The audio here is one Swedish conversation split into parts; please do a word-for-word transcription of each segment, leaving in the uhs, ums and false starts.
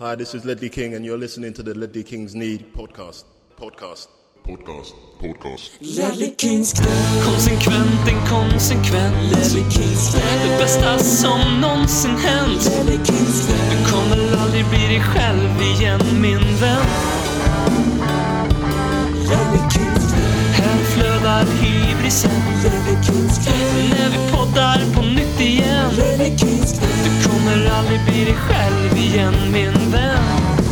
Hi, this is Ledley King and you're listening to the Ledley Kings Need podcast. Podcast. Podcast. Podcast. Ledley Kings knä. Konsekvent, inkonsekvent. Ledley Kings knä. Det bästa som någonsin hänt. Ledley Kings knä. Du kommer aldrig bli dig själv igen, min vän. Ledley Kings knä. Här flödar hybrisen. Ledley Kings knä. När vi poddar på nytt igen. Ledley Kings knä. Du kommer aldrig bli dig själv igen, min vän.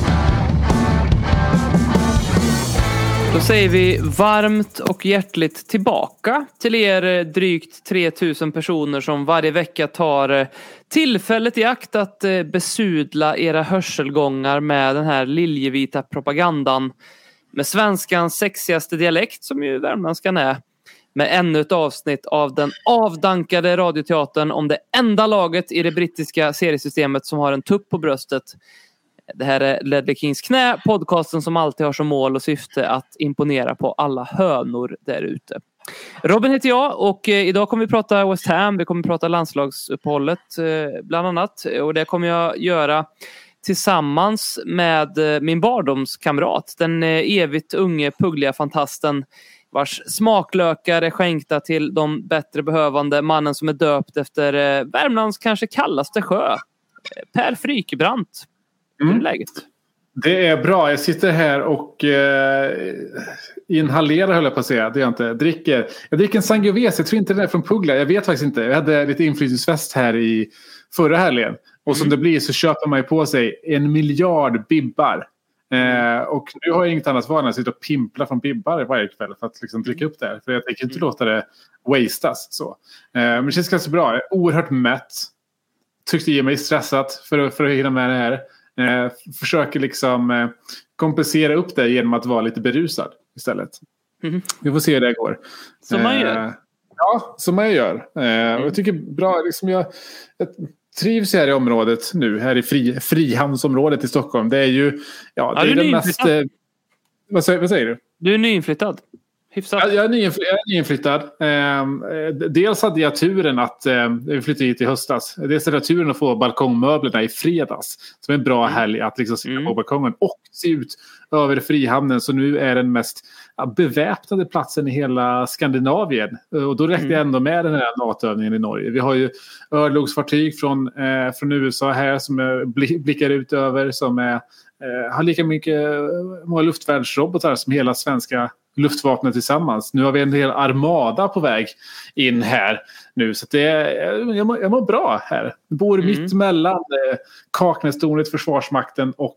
Då säger vi varmt och hjärtligt tillbaka till er drygt tre tusen personer som varje vecka tar tillfället i akt att besudla era hörselgångar med den här liljevita propagandan med svenskans sexigaste dialekt, som ju värmländskan är, med ännu ett avsnitt av den avdankade radioteatern om det enda laget i det brittiska seriesystemet som har en tupp på bröstet. Det här är Ledley Kings knä, podcasten som alltid har som mål och syfte att imponera på alla hönor där ute. Robin heter jag och eh, idag kommer vi prata West Ham, vi kommer prata landslagsuppehållet eh, bland annat, och det kommer jag göra tillsammans med eh, min barndomskamrat, den eh, evigt unge puggliga fantasten vars smaklökar är skänkta till de bättre behövande, mannen som är döpt efter eh, Värmlands kanske kallaste sjö, Per Frykebrant. Hur är läget? Det är bra. Jag sitter här och eh, inhalerar, höll jag på att säga. Det är jag inte. Dricker. Jag dricker en Sangiovese. Jag tror inte den är från Puglia. Jag vet faktiskt inte. Jag hade lite inflyttningsfest här i förra helgen. Och som mm. det blir så köper man ju på sig en miljard bibbar. Eh, och nu har jag inget annat val än att sitta och pimpla från bibbar varje kväll för att liksom dricka upp det här. För jag tänker inte låta det wastas. Så. Eh, men det känns ganska bra. Jag är oerhört mätt. Tyckte ge mig stressat för, för att hinna med det här. Eh, försöker liksom eh, kompensera upp det genom att vara lite berusad istället. Mm. Vi får se hur det går. Som man eh, gör. Ja, som man gör. Eh, mm. och jag tycker bra, liksom jag, jag trivs här i området nu, här i fri, Frihamnsområdet i Stockholm. Det är ju, ja, det ja, är det mest... Eh, vad, säger, vad säger du? Du är nyinflyttad. Hyfsat. Jag är, nyinfly- jag är nyinflyttad. Eh, dels hade jag turen att eh, vi flyttade hit i höstas. Dels hade jag turen att få balkongmöblerna i fredags. Som är en bra helg att liksom sitta mm. på balkongen och se ut över Frihamnen. Så nu är den mest ja, beväpnade platsen i hela Skandinavien. Och då räckte mm. jag ändå med den här NATO-övningen i Norge. Vi har ju örlogsfartyg från, eh, från U S A här som är, blickar ut över. Som är, eh, har lika mycket många luftvärnsrobotar som hela svenska luftvapnet tillsammans. Nu har vi en hel armada på väg in här nu. Så det är, jag, mår, jag mår bra här. Jag bor mm. mitt mellan eh, Kaknästornet, Försvarsmakten och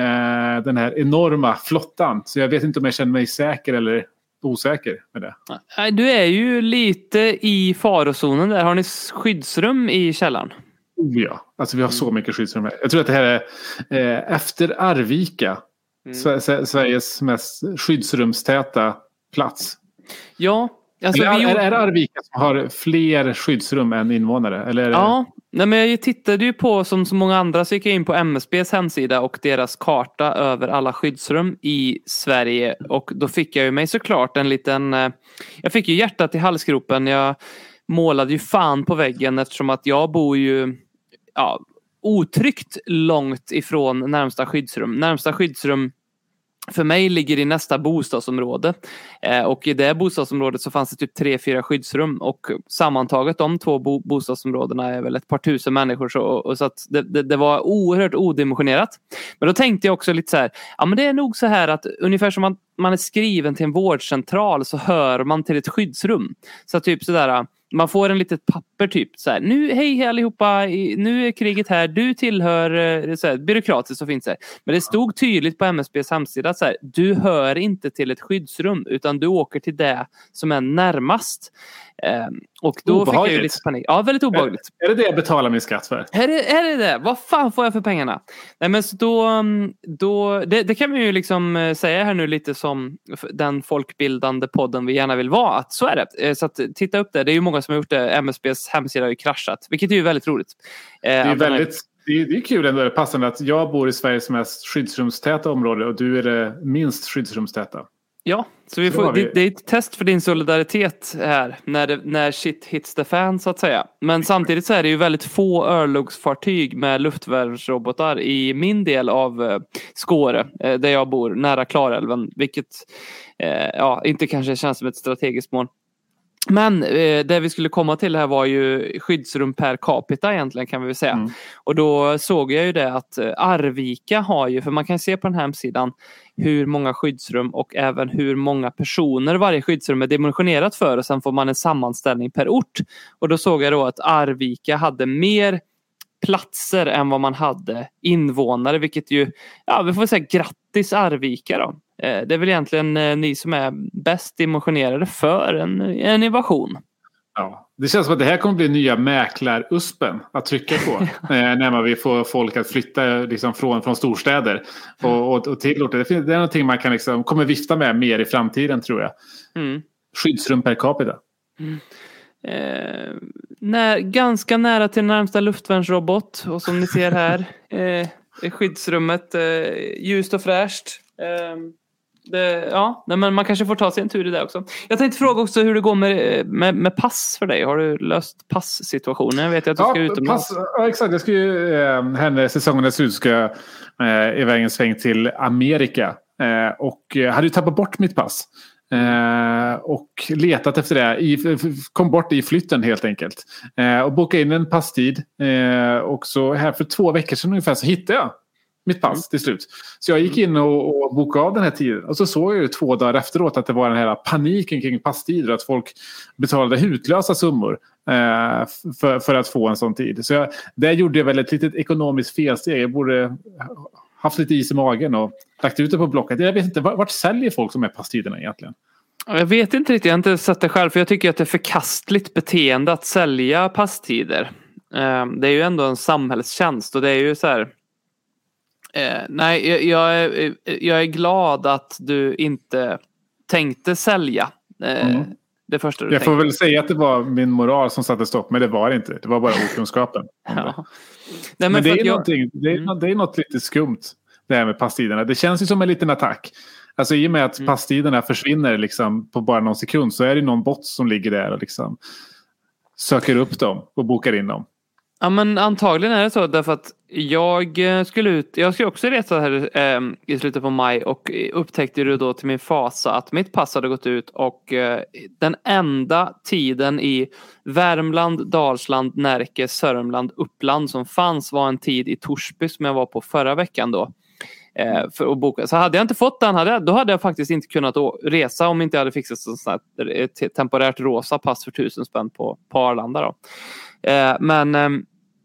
eh, den här enorma flottan. Så jag vet inte om jag känner mig säker eller osäker med det. Du är ju lite i farozonen där. Har ni skyddsrum i källaren? Ja, alltså vi har så mycket skyddsrum här. Jag tror att det här är eh, efter Arvika. Mm. Sveriges mest skyddsrumstäta plats. Ja, alltså eller, vi är, gjorde... är det Arvika som har fler skyddsrum än invånare? Eller ja, nej, men jag tittade ju på, som så många andra, så gick jag in på M S B:s hemsida och deras karta över alla skyddsrum i Sverige. Och då fick jag ju mig såklart en liten... Jag fick ju hjärtat i halsgropen. Jag målade ju fan på väggen eftersom att jag bor ju... Ja, otryggt långt ifrån närmsta skyddsrum. Närmsta skyddsrum för mig ligger i nästa bostadsområde. Eh, och i det bostadsområdet så fanns det typ tre, fyra skyddsrum. Och sammantaget de två bo- bostadsområdena är väl ett par tusen människor. Så, och så att det, det, det var oerhört odimensionerat. Men då tänkte jag också lite så här. Ja, men det är nog så här att ungefär som man, man är skriven till en vårdcentral så hör man till ett skyddsrum. Så typ sådär... Man får en litet papper typ så här. Nu, hej allihopa, nu är kriget här. Du tillhör, så här, byråkratiskt så finns det. Men det stod tydligt på M S B:s hemsida att så här, du hör inte till ett skyddsrum utan du åker till det som är närmast. Um, och då obehagligt. Fick jag ju lite panik. Ja, väldigt obehagligt. Är, är det det jag betalar min skatt för? Är det, är det det? Vad fan får jag för pengarna? Nej, men så då, då det, det kan vi ju liksom säga här nu lite som den folkbildande podden vi gärna vill vara, att så är det. Så att titta upp det. Det är ju många som har gjort det. M S B:s hemsida har ju kraschat, vilket är ju väldigt roligt. Det är väldigt... Det är, det är kul ändå, det är passande att jag bor i Sveriges mest skyddsrumstäta område och du är det minst skyddsrumstäta. Ja, så vi Så får, har vi- det, det är ett test för din solidaritet här när, det, när shit hits the fan så att säga. Men samtidigt så är det ju väldigt få örlogsfartyg med luftvärnsrobotar i min del av eh, Skåre, eh, där jag bor, nära Klarälven, vilket eh, ja, inte kanske känns som ett strategiskt mål. Men eh, det vi skulle komma till här var ju skyddsrum per capita egentligen kan vi väl säga. Mm. Och då såg jag ju det att eh, Arvika har ju, för man kan se på den här hemsidan hur många skyddsrum och även hur många personer varje skyddsrum är dimensionerat för, och sen får man en sammanställning per ort. Och då såg jag då att Arvika hade mer platser än vad man hade invånare, vilket ju, ja vi får säga grattis Arvika då. Det är väl egentligen ni som är bäst dimensionerade för en, en invasion. Ja, det känns som att det här kommer bli nya mäklar-uspen att trycka på. eh, när man vill få folk att flytta liksom, från, från storstäder och, och, och till orter. Det, finns, det är någonting man kan liksom, kommer vifta med mer i framtiden tror jag. Mm. Skyddsrum per capita. Mm. Eh, när, ganska nära till närmsta luftvärnsrobot. Och som ni ser här eh, är skyddsrummet eh, ljust och fräscht. Eh, Det, ja, men man kanske får ta sig en tur i det också. Jag tänkte fråga också hur det går med, med, med pass för dig. Har du löst passsituationen? Jag vet att du ja, ska utomlands. Pass, ja, exakt. Jag ska ju, eh, när säsongen är slut ska jag eh, iväg en sväng till Amerika. Eh, och jag hade ju tappat bort mitt pass. Eh, och letat efter det. I, kom bort i flytten helt enkelt. Eh, och bokade in en passtid. Eh, och så här för två veckor sedan ungefär så hittade jag mitt pass till slut. Så jag gick in och, och bokade av den här tiden. Och så såg jag ju två dagar efteråt att det var den här paniken kring passtider. Att folk betalade hutlösa summor eh, för, för att få en sån tid. Så jag, där gjorde jag väl ett litet ekonomiskt felsteg. Jag borde haft lite is i magen och lagt ut det på Blocket. Jag vet inte, vart säljer folk som är passtiderna egentligen? Jag vet inte riktigt, jag har inte sett det själv. För jag tycker att det är förkastligt beteende att sälja passtider. Eh, det är ju ändå en samhällstjänst och det är ju så här... Eh, nej, jag, jag, är, jag är glad att du inte tänkte sälja eh, mm. det första du Jag tänkte. får väl säga att det var min moral som satte stopp, men det var det inte. Det var bara okunskapen. Ja. Nej, men men det är, jag... det, är, mm. det är något lite skumt det här med passtiderna. Det känns ju som en liten attack. Alltså i och med att mm. passtiderna försvinner liksom på bara någon sekund så är det någon bot som ligger där och liksom söker upp dem och bokar in dem. Ja, men antagligen är det så därför att jag skulle ut, jag skulle också resa här eh, i slutet på maj och upptäckte ju då till min fasa att mitt pass hade gått ut och eh, den enda tiden i Värmland, Dalsland, Närke, Sörmland, Uppland som fanns var en tid i Torsby som jag var på förra veckan då. Eh, för att boka. Så hade jag inte fått den, hade jag, då hade jag faktiskt inte kunnat å- resa om inte jag hade fixat sånt här, ett temporärt rosa pass för tusen spänn på, på Arlanda då. Eh, men eh,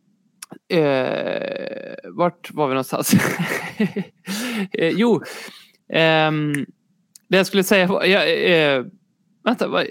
eh, vart var vi någonstans? eh, jo eh, det jag skulle säga var, jag, eh, vänta vad,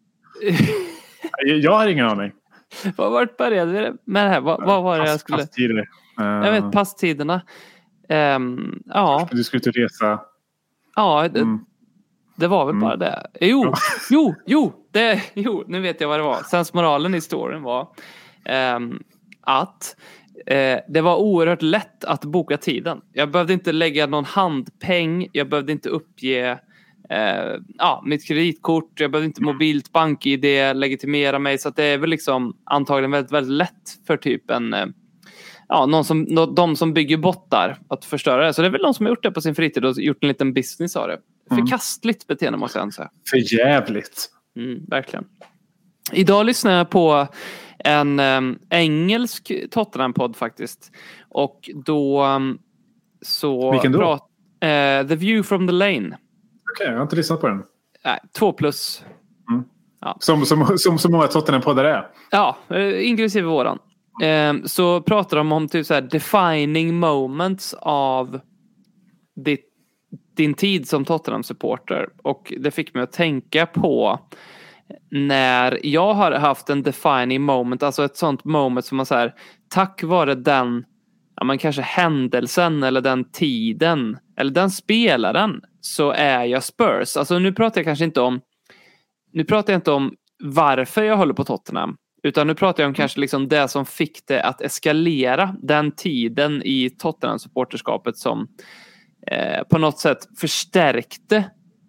jag har ingen aning. Vart började vi med det här? Vad, vad var det jag skulle... Passtider. Uh, jag vet, passtiderna. Um, ja. Du skulle inte resa. Ja, det, mm. det var väl mm. bara det. Jo, ja. jo, jo, det, jo, nu vet jag vad det var. Sensmoralen i storyn var um, att uh, det var oerhört lätt att boka tiden. Jag behövde inte lägga någon handpeng. Jag behövde inte uppge uh, ja, mitt kreditkort. Jag behövde inte mobilt bank-I D, legitimera mig. Så att det är väl liksom antagligen väldigt, väldigt lätt för typ en... Uh, Ja, någon som, de som bygger bottar att förstöra det. Så det är väl någon som har gjort det på sin fritid och gjort en liten business av det. Mm. Förkastligt beteende måste jag säga. För jävligt. Mm, verkligen. Idag lyssnar jag på en um, engelsk Tottenham-podd faktiskt. Och då um, så... Vilken då? Prat, uh, The View from the Lane. Okej, okay, jag har inte lyssnat på den. Nej, två plus. Mm. Ja. Som, som, som så många Tottenham-poddar är. Ja, uh, inklusive våran. Så pratar de om typ så här defining moments av ditt, din tid som Tottenham-supporter. Och det fick mig att tänka på när jag har haft en defining moment. Alltså ett sånt moment som man så här, tack vare den, ja men kanske händelsen eller den tiden eller den spelaren så är jag Spurs. Alltså nu pratar jag kanske inte om nu pratar jag inte om varför jag håller på Tottenham. Utan nu pratar jag om kanske liksom det som fick det att eskalera den tiden i Tottenham-supporterskapet som eh, på något sätt förstärkte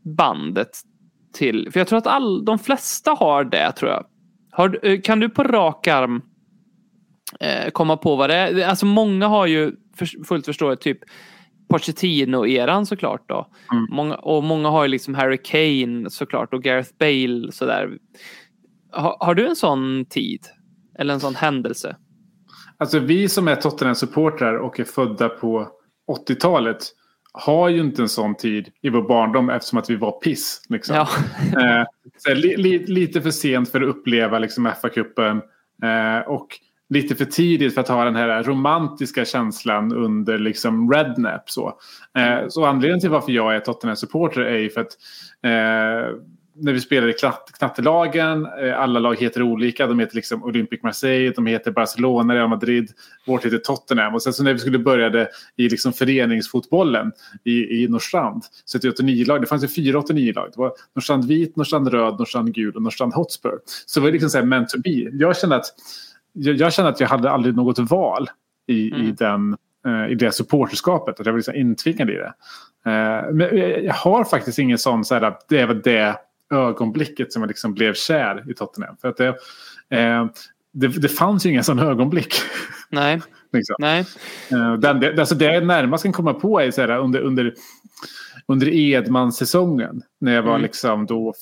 bandet till, för jag tror att all, de flesta har det, tror jag. Har, kan du på rak arm eh, komma på vad det är? Alltså många har ju för, fullt förståeligt typ Pochettino-eran såklart då. Mm. Många, och många har ju liksom Harry Kane såklart och Gareth Bale sådär. Har, har du en sån tid? Eller en sån händelse? Alltså vi som är Tottenham-supportrar och är födda på åttiotalet har ju inte en sån tid i vår barndom eftersom att vi var piss. Liksom. Ja. eh, så li, li, lite för sent för att uppleva liksom, F A-cupen eh, och lite för tidigt för att ha den här romantiska känslan under liksom Redknapp. Så, eh, så anledningen till varför jag är Tottenham-supporter är ju för att eh, när vi spelar i knattelagen, alla lag heter olika. De heter liksom Olympique Marseille, de heter Barcelona, Real Madrid, vårt heter Tottenham. Och sen så när vi skulle börja det i liksom föreningsfotbollen i, i Norrstrand, så det är åttionio lag. Det fanns ju fyra åttionio lag. Det var Norrstrand vit, Norrstrand röd, Norrstrand gul och Norrstrand Hotspur. Så det var liksom så här meant to be. Jag kände att jag, jag kände att jag hade aldrig något val i, mm. i, den, uh, i det supporterskapet. Att jag var liksom intvingad i det. Uh, men jag har faktiskt ingen sån så här, det var det ögonblicket som jag liksom blev kär i Tottenham. För att det, eh, det, det fanns ju ingen sån ögonblick. Nej. liksom. Nej. Eh, den, det, alltså det jag närmast kan komma på är så här, under, under, under Edman-säsongen. När jag var mm. liksom då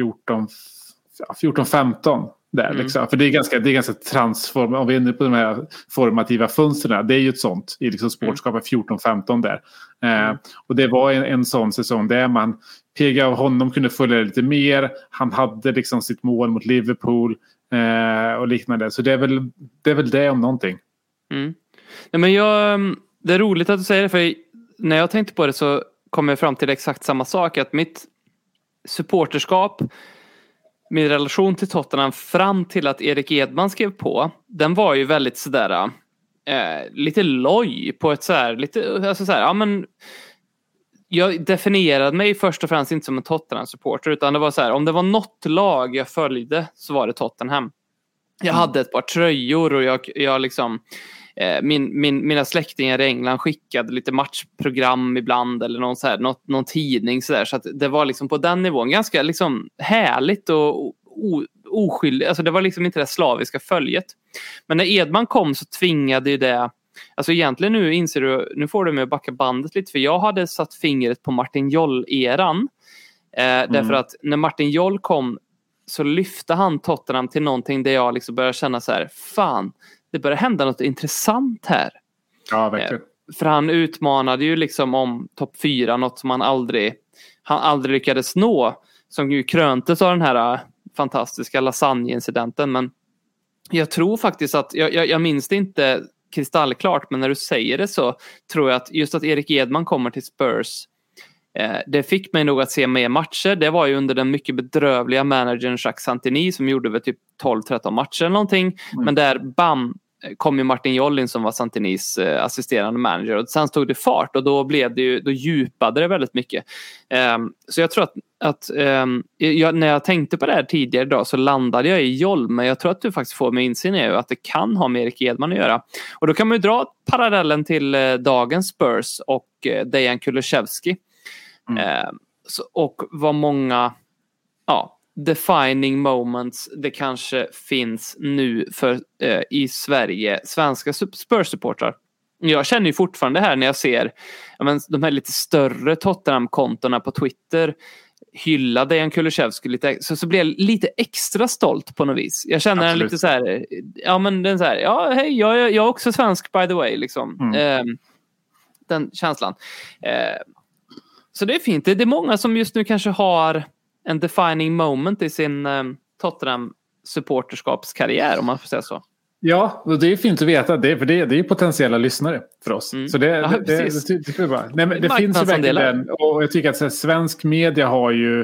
fjorton femton. Där, mm. liksom. För det är ganska, det är ganska transform. Om vi är inne på de här formativa fönstren. Det är ju ett sånt i liksom sportskapet fjorton femton där. Mm. Eh, och det var en, en sån säsong där man P G av honom kunde följa lite mer. Han hade liksom sitt mål mot Liverpool eh, och liknande. Så det är väl det, är väl det om någonting. Mm. Nej, men jag, det är roligt att du säger det, för när jag tänkte på det så kom jag fram till exakt samma sak. Att mitt supporterskap, min relation till Tottenham fram till att Erik Edman skrev på, den var ju väldigt sådär eh, lite loj på ett sådär, lite, alltså sådär, ja men jag definierade mig först och främst inte som en Tottenham-supporter, utan det var så här, om det var något lag jag följde så var det Tottenham. Jag hade ett par tröjor och jag, jag liksom eh, min, min, mina släktingar i England skickade lite matchprogram ibland eller någon, så här, något, någon tidning så där, så att det var liksom på den nivån ganska liksom härligt och o, oskyldigt. Alltså det var liksom inte det slaviska följet. Men när Edman kom så tvingade ju det. Alltså egentligen nu inser du, nu får du mig att backa bandet lite, för jag hade satt fingret på Martin Jol-eran. Eh, mm. Därför att när Martin Jol kom så lyfte han Tottenham till någonting där jag liksom började känna så här, fan, det börjar hända något intressant här. Ja, verkligen. Eh, för han utmanade ju liksom om topp fyra, något som han aldrig, han aldrig lyckades nå, som ju kröntes av den här uh, fantastiska lasagne-incidenten. Men jag tror faktiskt att, jag, jag, jag minns det inte kristallklart, men när du säger det så tror jag att just att Erik Edman kommer till Spurs, eh, det fick mig nog att se mer matcher. Det var ju under den mycket bedrövliga managern Jacques Santini som gjorde väl typ tolv tretton matcher eller någonting. Mm. Men där, bam, kom ju Martin Jollin som var Santinis eh, assisterande manager, och sen stod det fart och då blev det ju, då djupade det väldigt mycket. Um, så jag tror att, att um, jag, när jag tänkte på det här tidigare idag så landade jag i Joll, men jag tror att du faktiskt får mig insyn i att det kan ha med Erik Edman att göra. Och då kan man ju dra parallellen till uh, dagens Spurs och uh, Dejan Kulusevski. Mm. Uh, så, och vad många ja defining moments det kanske finns nu för eh, i Sverige, svenska Spurs-supportrar. Jag känner ju fortfarande här när jag ser ja, men, de här lite större Tottenham-kontorna på Twitter hylla Dejan Kulusevski lite, så, så blir jag lite extra stolt på något vis. Jag känner en lite så här, ja men den så här, ja hej, jag, jag är också svensk by the way liksom. Mm. Eh, den känslan. Eh, så det är fint. Det är många som just nu kanske har en defining moment i sin um, Tottenham supporterskapskarriär, om man får säga så. Ja, och det är fint att veta det, för det, det är potentiella lyssnare för oss. Mm. Så det, ja, det, det, det, det, det, bra. Nej, men det finns ju verkligen den, och jag tycker att så här, svensk media har ju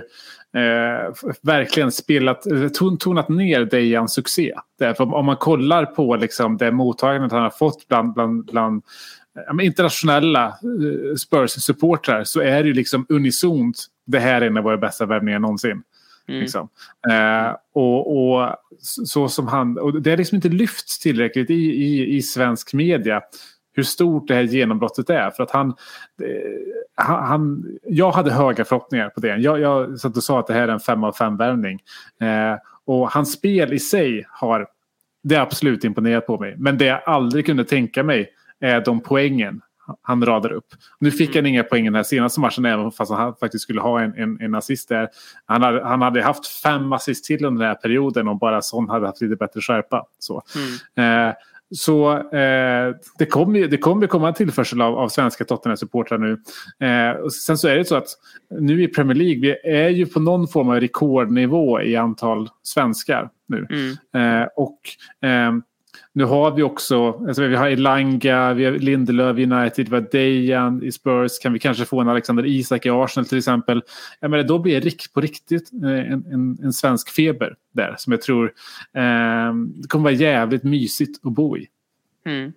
eh, verkligen spelat, ton, tonat ner Dejans succé. Därför om man kollar på liksom, det mottagandet han har fått bland, bland, bland internationella uh, Spurs-supportrar, så är det ju liksom unisont, det här är en av våra bästa värvningar någonsin. Mm. Liksom. Uh, och, och så som han, och det är liksom inte lyfts tillräckligt i, i, i svensk media hur stort det här genombrottet är. För att han, han, han jag hade höga förhoppningar på det. Jag, jag satt och sa att det här är en fem av fem värvning. Eh, och hans spel i sig har det är absolut imponerat på mig. Men det jag aldrig kunde tänka mig är de poängen han radar upp. Nu fick han inga poäng i den här senaste matchen även fast han faktiskt skulle ha en, en, en assist där. Han hade, han hade haft fem assist till under den här perioden om bara Son hade haft lite bättre skärpa. Så, mm. eh, så eh, det kommer ju det kommer komma en tillförsel av, av svenska Tottenham-supportrar nu. Eh, och sen så är det så att nu i Premier League vi är ju på någon form av rekordnivå i antal svenskar nu. Mm. Eh, och eh, nu har vi också, alltså vi har Elanga, vi har Lindelöf United, vi har Dejan i Spurs. Kan vi kanske få en Alexander Isak i Arsenal till exempel? Ja, men då blir det på riktigt en, en, en svensk feber där som jag tror eh, det kommer vara jävligt mysigt att bo i. Mm.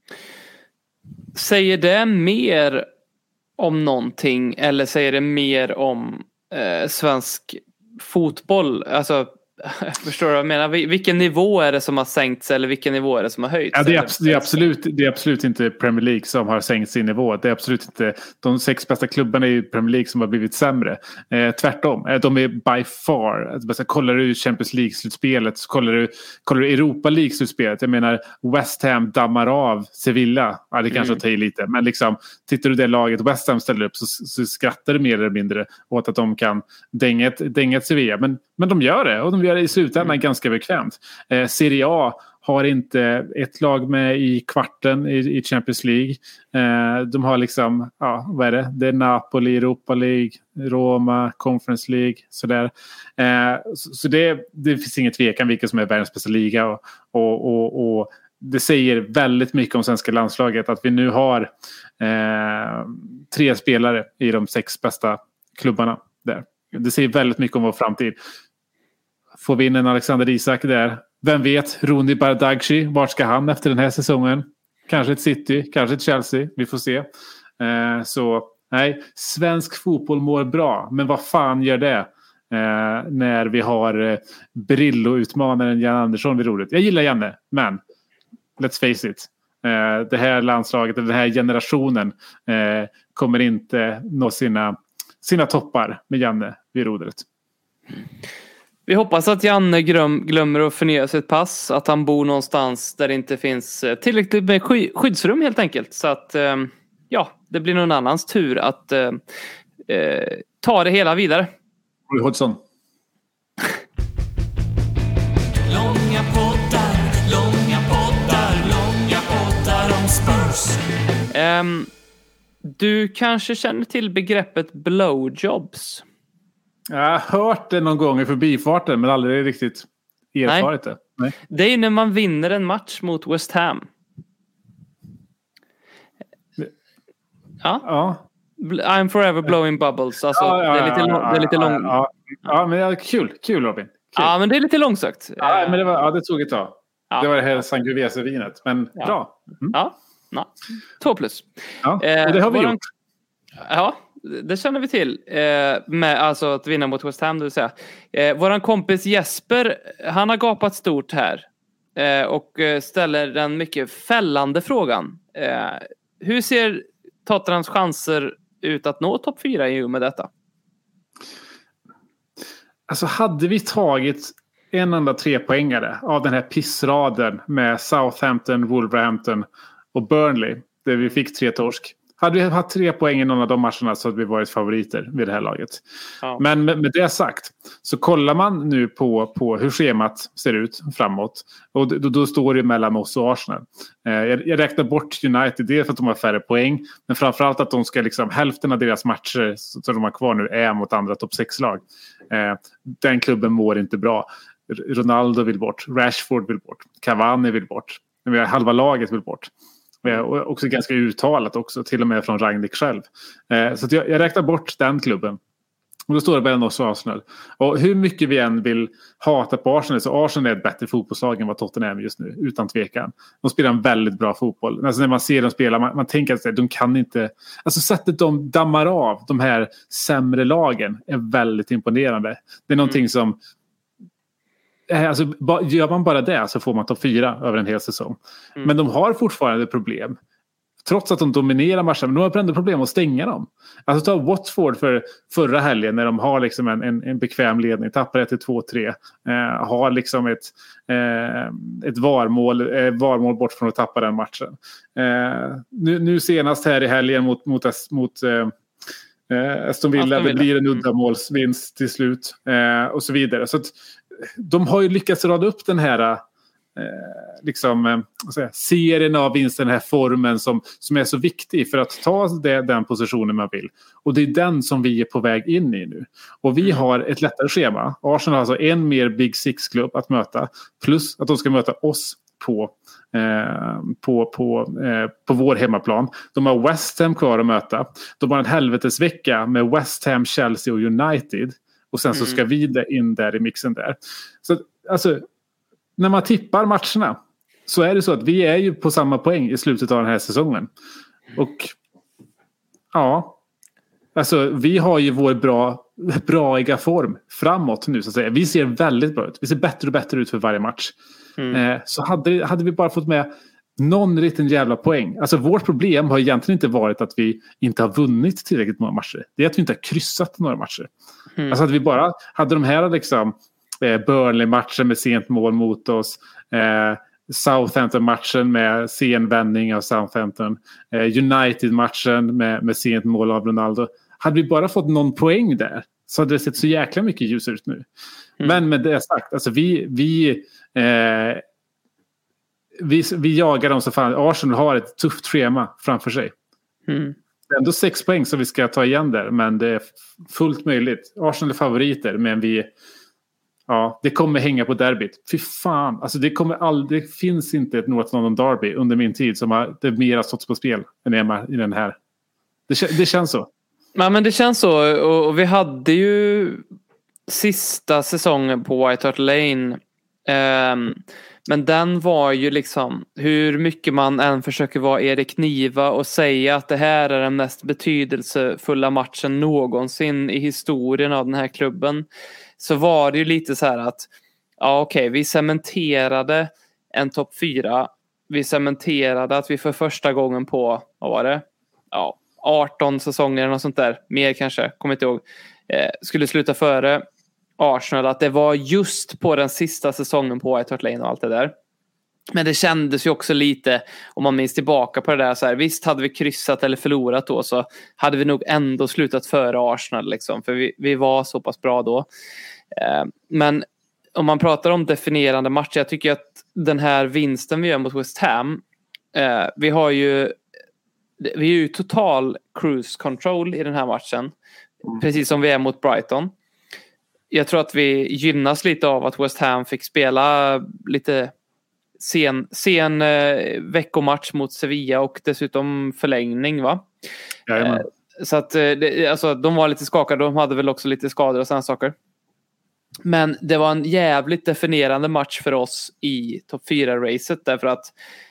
Säger det mer om någonting eller säger det mer om eh, svensk fotboll? Alltså förstår du vad jag menar? Vilken nivå är det som har sänkts eller vilken nivå är det som har höjts? Ja, det, är, det, är absolut, det är absolut inte Premier League som har sänkt sin nivå. Det är absolut inte de sex bästa klubbarna i Premier League som har blivit sämre. Eh, tvärtom, de är by far. Alltså, kollar du Champions League-slutspelet så kollar du, kollar du Europa League-slutspelet. Jag menar West Ham dammar av Sevilla. Ja, det kanske mm. tar i lite. Men liksom, tittar du det laget West Ham ställer upp så, så skrattar du mer eller mindre åt att de kan dänga ett, dänga ett Sevilla. Men, men de gör det och de gör det i slutändan mm. ganska bekvämt. Eh, Serie A har inte ett lag med i kvarten i, i Champions League. Eh, de har liksom, ja, vad är det? Det är Napoli, Europa League, Roma, Conference League, sådär. Eh, så så det, det finns inget tvekan vilken som är världens bästa liga och, och, och, och det säger väldigt mycket om svenska landslaget att vi nu har eh, tre spelare i de sex bästa klubbarna där. Det säger väldigt mycket om vår framtid. Får vi in en Alexander Isak där? Vem vet? Rooney Bardghji, vart ska han efter den här säsongen? Kanske ett City, kanske ett Chelsea. Vi får se. Eh, så nej, svensk fotboll mår bra. Men vad fan gör det? Eh, när vi har eh, Brillo-utmanaren Jan Andersson vid roligt. Jag gillar Janne, men let's face it. Eh, det här landslaget, den här generationen eh, kommer inte nå sina, sina toppar med Janne vid rodret. Vi hoppas att Janne glöm, glömmer att förnya sitt pass. Att han bor någonstans där det inte finns tillräckligt med sky, skyddsrum helt enkelt. Så att eh, ja, det blir någon annans tur att eh, eh, ta det hela vidare. Roy Hodgson. Långa poddar, långa poddar, långa poddar om Spurs. Um, du kanske känner till begreppet blowjobs? Jag har hört det någon gång i förbifarten men aldrig riktigt erfarit det. Nej. Det är när man vinner en match mot West Ham. Ja. Ja. I'm forever blowing bubbles. Alltså, ja, ja, det är lite, lång, det är lite lång... Ja, ja, men ja, kul. Kul Robin. Kul. Ja, men det är lite långsökt. Ja, men det, var, ja, det tog ett tag. Ja. Det var det här Sangiovese-vinet. Men ja. Bra. Mm. Ja, ja. Två plus. Ja, och det har vi våran... gjort. Ja, det känner vi till. Eh, med alltså att vinna mot West Ham, det vill säga. Eh, våran kompis Jesper, han har gapat stort här. Eh, och ställer den mycket fällande frågan. Eh, hur ser Tottenhams chanser ut att nå topp fyra i och med detta? Alltså hade vi tagit en enda trepoängare av den här pissraden med Southampton, Wolverhampton och Burnley, där vi fick tre torsk. Hade vi haft tre poäng i någon av de matcherna så hade vi varit favoriter vid det här laget. Ja. Men med, med det sagt så kollar man nu på, på hur schemat ser ut framåt. Och då, då står det mellan oss och Arsenal. Eh, jag, jag räknar bort United, det är för att de har färre poäng. Men framförallt att de ska liksom, hälften av deras matcher som de har kvar nu är mot andra topp sex-lag. Eh, den klubben mår inte bra. Ronaldo vill bort, Rashford vill bort, Cavani vill bort. Halva laget vill bort. Och också ganska uttalat också, till och med från Rangnick själv. Eh, så att jag, jag räknar bort den klubben. Och då står det mellan oss och Arsenal. Och hur mycket vi än vill hata på Arsenal, så Arsenal är ett bättre fotbollslag än vad Tottenham är just nu, utan tvekan. De spelar en väldigt bra fotboll. Alltså när man ser dem spela, man, man tänker att de kan inte... Alltså sättet de dammar av de här sämre lagen är väldigt imponerande. Det är någonting mm. som... Alltså, gör man bara det så får man topp fyra över en hel säsong. Mm. Men de har fortfarande problem trots att de dominerar matchen, men de har ändå problem att stänga dem. Alltså ta Watford för förra helgen när de har liksom en, en, en bekväm ledning, tappar ett till två tre, eh, har liksom ett, eh, ett varmål, eh, varmål bort från att tappa den matchen. Eh, nu, nu senast här i helgen mot, mot, mot eh, eh, Aston Villa, Aston Villa, det blir en uddamålsvinst till slut eh, och så vidare. Så att de har ju lyckats rada upp den här Eh, liksom, eh, säga, serien av vinsten, den här formen som, som är så viktig för att ta det, den positionen man vill. Och det är den som vi är på väg in i nu. Och vi har ett lättare schema. Arsenal har alltså en mer Big Six-klubb att möta, plus att de ska möta oss på, eh, på, på, eh, på vår hemmaplan. De har West Ham kvar att möta. De har en helvetesvecka med West Ham, Chelsea och United. Och sen så ska mm. vi in där i mixen där. Så alltså, när man tippar matcherna så är det så att vi är ju på samma poäng i slutet av den här säsongen. Och ja, alltså vi har ju vår bra, braiga form framåt nu så att säga. Vi ser väldigt bra ut. Vi ser bättre och bättre ut för varje match. Mm. Eh, så hade, hade vi bara fått med någon liten jävla poäng. Alltså vårt problem har egentligen inte varit att vi inte har vunnit tillräckligt många matcher. Det är att vi inte har kryssat några matcher. Mm. Alltså att vi bara hade de här liksom Burnley-matchen med sent mål mot oss, eh, Southampton-matchen med sen vändning av Southampton, eh, United-matchen med, med sent mål av Ronaldo. Hade vi bara fått någon poäng där så hade det sett så jäkla mycket ljus ut nu. Mm. Men med det sagt, alltså vi vi, eh, vi vi jagar dem så fan. Arsenal har ett tufft schema framför sig. Mm. Det är ändå sex poäng som vi ska ta igen där, men det är fullt möjligt. Arsenal är favoriter, men vi ja, det kommer hänga på derbyt. Fy fan, alltså det kommer aldrig, det finns inte ett North London derby under min tid som har det mer har stått på spel än i den här. Det, det känns så. Ja, men det känns så, och, och vi hade ju sista säsongen på White Hart Lane. Um, men den var ju liksom, hur mycket man än försöker vara Erik Niva och säga att det här är den mest betydelsefulla matchen någonsin i historien av den här klubben, så var det ju lite så här att ja okej, okay, vi cementerade en topp fyra. Vi cementerade att vi för första gången på, vad var det? Ja, arton säsonger eller något sånt där. Mer kanske, kommer inte ihåg. Eh, skulle sluta före Arsenal. Att det var just på den sista säsongen på White Hart Lane och allt det där. Men det kändes ju också lite, om man minns tillbaka på det där så här, visst hade vi kryssat eller förlorat då så hade vi nog ändå slutat före Arsenal liksom, för vi, vi var så pass bra då. Eh, men om man pratar om definierande matcher, jag tycker att den här vinsten vi gör mot West Ham, eh, vi har ju vi är ju total cruise control i den här matchen, mm. precis som vi är mot Brighton. Jag tror att vi gynnas lite av att West Ham fick spela lite sen, sen eh, veckomatch mot Sevilla och dessutom förlängning, va? Eh, så att eh, det, alltså, de var lite skakade, de hade väl också lite skador och sådana saker. Men det var en jävligt definierande match för oss i topp fyra-racet, därför att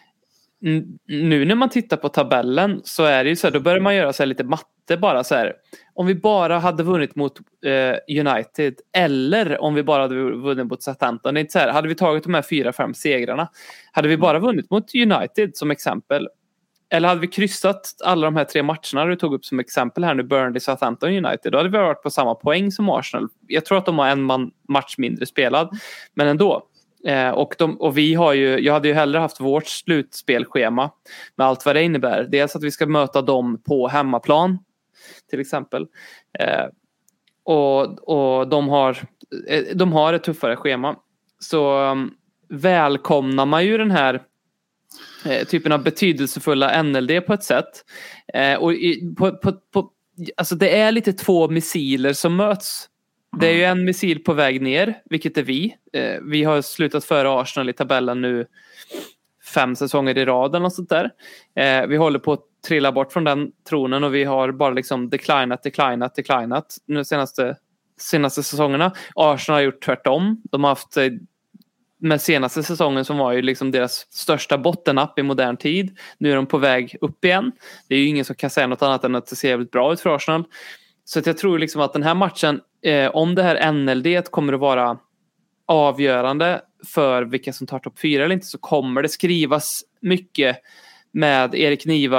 n- nu när man tittar på tabellen så är det ju så här, då börjar man göra så här lite matte bara så här. Om vi bara hade vunnit mot eh, United eller om vi bara hade vunnit mot Southampton, det är inte så här, hade vi tagit de här fyra, fem segrarna, hade vi bara vunnit mot United som exempel, eller hade vi kryssat alla de här tre matcherna du tog upp som exempel här nu, Burnley, Southampton, United, då hade vi varit på samma poäng som Arsenal. Jag tror att de har en man, match mindre spelad, men ändå. Eh, och, de, och vi har ju, jag hade ju hellre haft vårt slutspelschema med allt vad det innebär. Dels att vi ska möta dem på hemmaplan till exempel. Eh, och och de, har, eh, de har ett tuffare schema. Så um, välkomnar man ju den här eh, typen av betydelsefulla N L D på ett sätt. Eh, och i, på, på, på, alltså det är lite två missiler som möts. Det är ju en missil på väg ner, vilket är vi. Eh, vi har slutat före Arsenal i tabellen nu fem säsonger i raden och sånt där. Eh, vi håller på att trilla bort från den tronen och vi har bara liksom declinat, declinat, declinat nu senaste, senaste säsongerna. Arsenal har gjort tvärtom. De har haft med senaste säsongen som var ju liksom deras största bottennapp i modern tid. Nu är de på väg upp igen. Det är ju ingen som kan säga något annat än att det ser jävligt bra ut för Arsenal. Så att jag tror liksom att den här matchen, eh, om det här N L D kommer att vara avgörande för vilka som tar topp fyra eller inte, så kommer det skrivas mycket med Erik Niva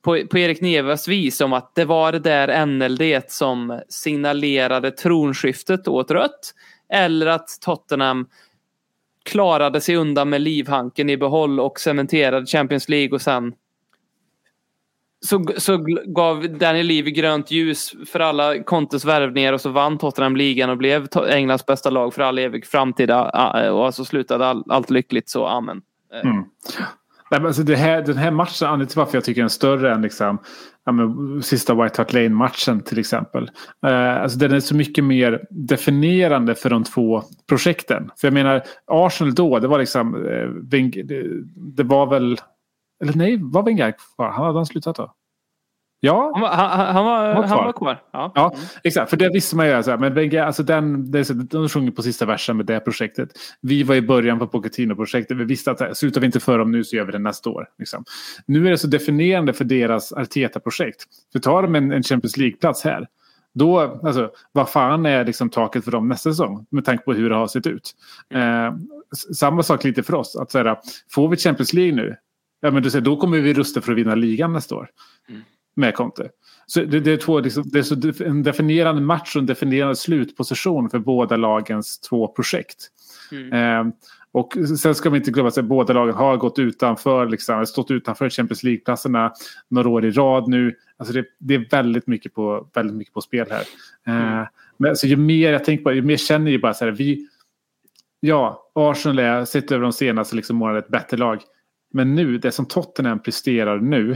på, på Erik Nevas vis om att det var det där N L D som signalerade tronskiftet åt rött, eller att Tottenham klarade sig undan med livhanken i behåll och cementerade Champions League, och sen så, så gav Daniel Levy grönt ljus för alla Contes värvningar, och så vann Tottenham ligan och blev Englands bästa lag för all evig framtida, och så slutade all, allt lyckligt, så amen. Mm. Nej, men alltså det här, den här matchen, anledningen till varför jag tycker den är större än liksom, ja, men, sista White Hart Lane-matchen till exempel. Uh, alltså den är så mycket mer definierande för de två projekten. För jag menar, Arsenal då, det var liksom, uh, Wenger, det, det var väl, eller nej, var Wenger kvar? Han hade han slutat då? Ja, han var, han, han var, han var kvar. Han var kvar. Ja. Ja, mm. Exakt. För det visste man ju. Så här, men Wenger, alltså den, det är så, de sjunger på sista versen med det projektet. Vi var i början på Pochettino-projektet. Vi visste att här, slutar vi inte för dem nu så gör vi det nästa år. Liksom. Nu är det så definierande för deras Arteta-projekt. För tar de en, en Champions League-plats här, då, alltså, vad fan är liksom taket för dem nästa säsong? Med tanke på hur det har sett ut. Eh, samma sak lite för oss. Att så här, får vi Champions League nu, ja, men du säger, då kommer vi rusta för att vinna ligan nästa år. Mm. Med Conte. Så det, det, är två, liksom, det är så en definierande match och en definierande slutposition för båda lagens två projekt. Mm. Eh, och sen ska vi inte glömma att båda lagen har gått utanför, liksom, stått utanför Champions League-platserna några år i rad nu. Alltså det, det är väldigt mycket på, väldigt mycket på spel här. Eh, mm. Men alltså, ju mer jag tänker på, ju mer känner jag bara så här, vi, ja, Arsenal är sett över de senaste liksom, månaderna ett bättre lag. Men nu, det som Tottenham presterar nu,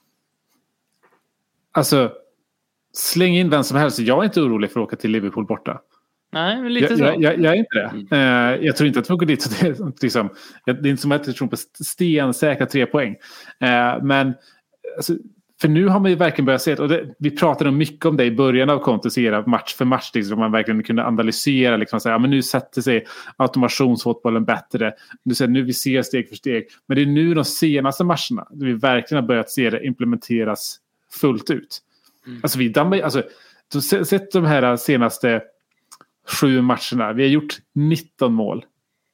alltså, släng in vem som helst. Jag är inte orolig för att åka till Liverpool borta. Nej, men lite jag, så. Jag, jag, jag är inte det. Mm. Uh, jag tror inte att vi går dit. Det är, liksom, det är inte som att jag tror på stensäkra tre poäng. Uh, men alltså, för nu har man ju verkligen börjat se, och det, vi pratade mycket om det i början av Contes era match för match, liksom, man verkligen kunde analysera, liksom, säga, ja, men nu sätter sig automationsfotbollen bättre, nu, så, nu vi ser steg för steg, men det är nu de senaste matcherna vi verkligen har börjat se det implementeras fullt ut. Mm. Alltså vi alltså du har sett de här senaste sju matcherna, vi har gjort nitton mål.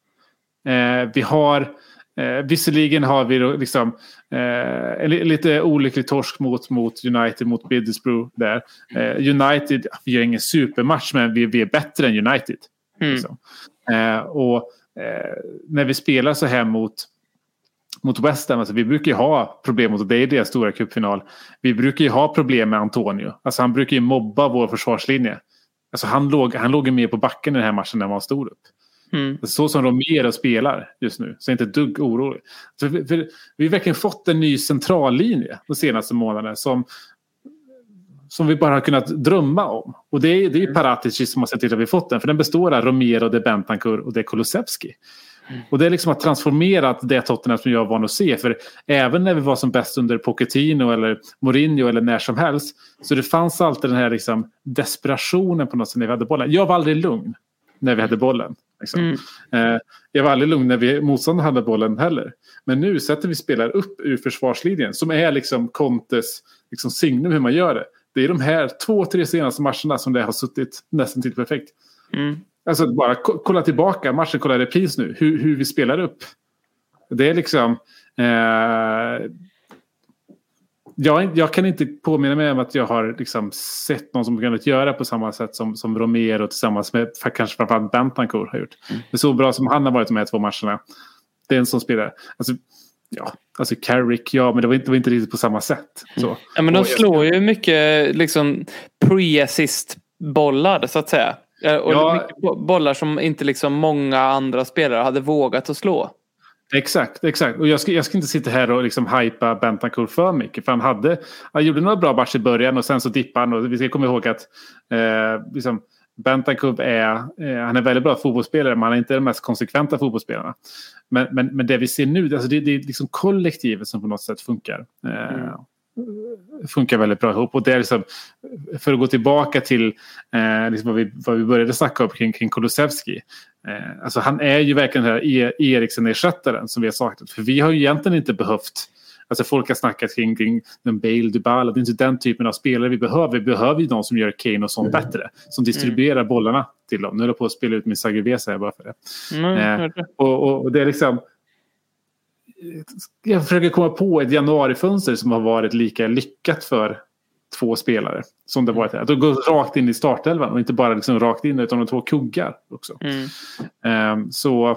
Eh, vi har eh, visserligen har vi liksom eh, en lite olycklig torsk mot, mot United, mot Middlesbrough där. Eh, United, vi gör ingen supermatch, men vi, vi är bättre än United. Mm. Liksom. Eh, och eh, när vi spelar så här mot mot West Ham, alltså vi brukar ju ha problem mot, det är deras stora cupfinal. Vi brukar ju ha problem med Antonio. Alltså han brukar ju mobba vår försvarslinje. Alltså han låg, han låg ju mer på backen i den här matchen när han stod upp. Mm. Så som Romero spelar just nu. Så är inte ett dugg orolig. Så vi, vi, vi har verkligen fått en ny centrallinje de senaste månaderna som, som vi bara har kunnat drömma om. Och det är, det är ju Paratici som har sett till att vi fått den. För den består av Romero, de Bentancur och de Kulusevski. Mm. Och det är liksom att transformera det Tottenham som jag var van att se. För även när vi var som bäst under Pochettino eller Mourinho eller när som helst, så det fanns alltid den här liksom desperationen på något sätt när vi hade bollen. Jag var aldrig lugn när vi hade bollen. Liksom. Mm. Eh, jag var aldrig lugn när vi motståndare hade bollen heller. Men nu sätter vi spelar upp ur försvarslinjen som är liksom Contes liksom signum hur man gör det. Det är de här två, tre senaste matcherna som det har suttit nästan till perfekt. Mm. Alltså bara kolla tillbaka matchen, kolla repris nu. Hur, hur vi spelar upp. Det är liksom... Eh, jag, jag kan inte påminna mig om att jag har liksom sett någon som kunnat göra på samma sätt som, som Romero tillsammans med kanske framförallt Bentancur har gjort. Mm. Det är så bra som han har varit de här två matcherna. Det är en som spelar. Alltså, ja, alltså Carrick, ja, men det var inte, det var inte riktigt på samma sätt. Så. Ja, men de slår ju mycket liksom pre-assist bollar så att säga. Och ja, mycket bollar som inte liksom många andra spelare hade vågat att slå. Exakt, exakt. Och jag ska, jag ska inte sitta här och liksom hypa Bentancur för mycket. För han, hade, han gjorde några bra matcher i början och sen så dippade han. Och vi ska komma ihåg att eh, liksom, Bentancur är, eh, han är väldigt bra fotbollsspelare, men han är inte den mest konsekventa fotbollsspelarna. Men, men, men det vi ser nu, alltså det, det är liksom kollektivet som på något sätt funkar. Eh, mm. Funkar väldigt bra ihop. Och det är liksom, för att gå tillbaka till eh, liksom vad, vi, vad vi började snacka om kring, kring Kulusevski. Eh, alltså han är ju verkligen den här e- Eriksen-ersättaren som vi har saknat. För vi har ju egentligen inte behövt, alltså folk har snackat kring, kring den Bale, Dybala, det är inte den typen av spelare vi behöver. Vi behöver ju de som gör Kane och sånt mm. bättre. Som distribuerar mm. bollarna till dem. Nu är jag på att spela ut min Sagivesa här bara för det. Mm. Eh, och, och, och det är liksom, jag försöker komma på ett januarifönster som har varit lika lyckat för två spelare som det varit här. De går rakt in i startelvan och inte bara liksom rakt in utan de två kuggar också. Mm. Um, så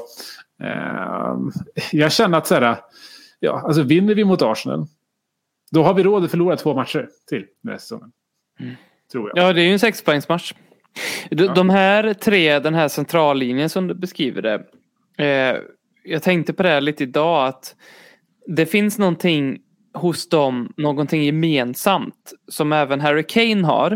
um, jag känner att så här, ja, alltså vinner vi mot Arsenal då har vi råd att förlora två matcher till den här säsongen. Mm. Tror jag. Ja, det är ju en sexpoängsmatch. De, ja. de här tre, den här centrallinjen som du beskriver det. Eh, jag tänkte på det här lite idag att det finns någonting hos dem, någonting gemensamt som även Harry Kane har.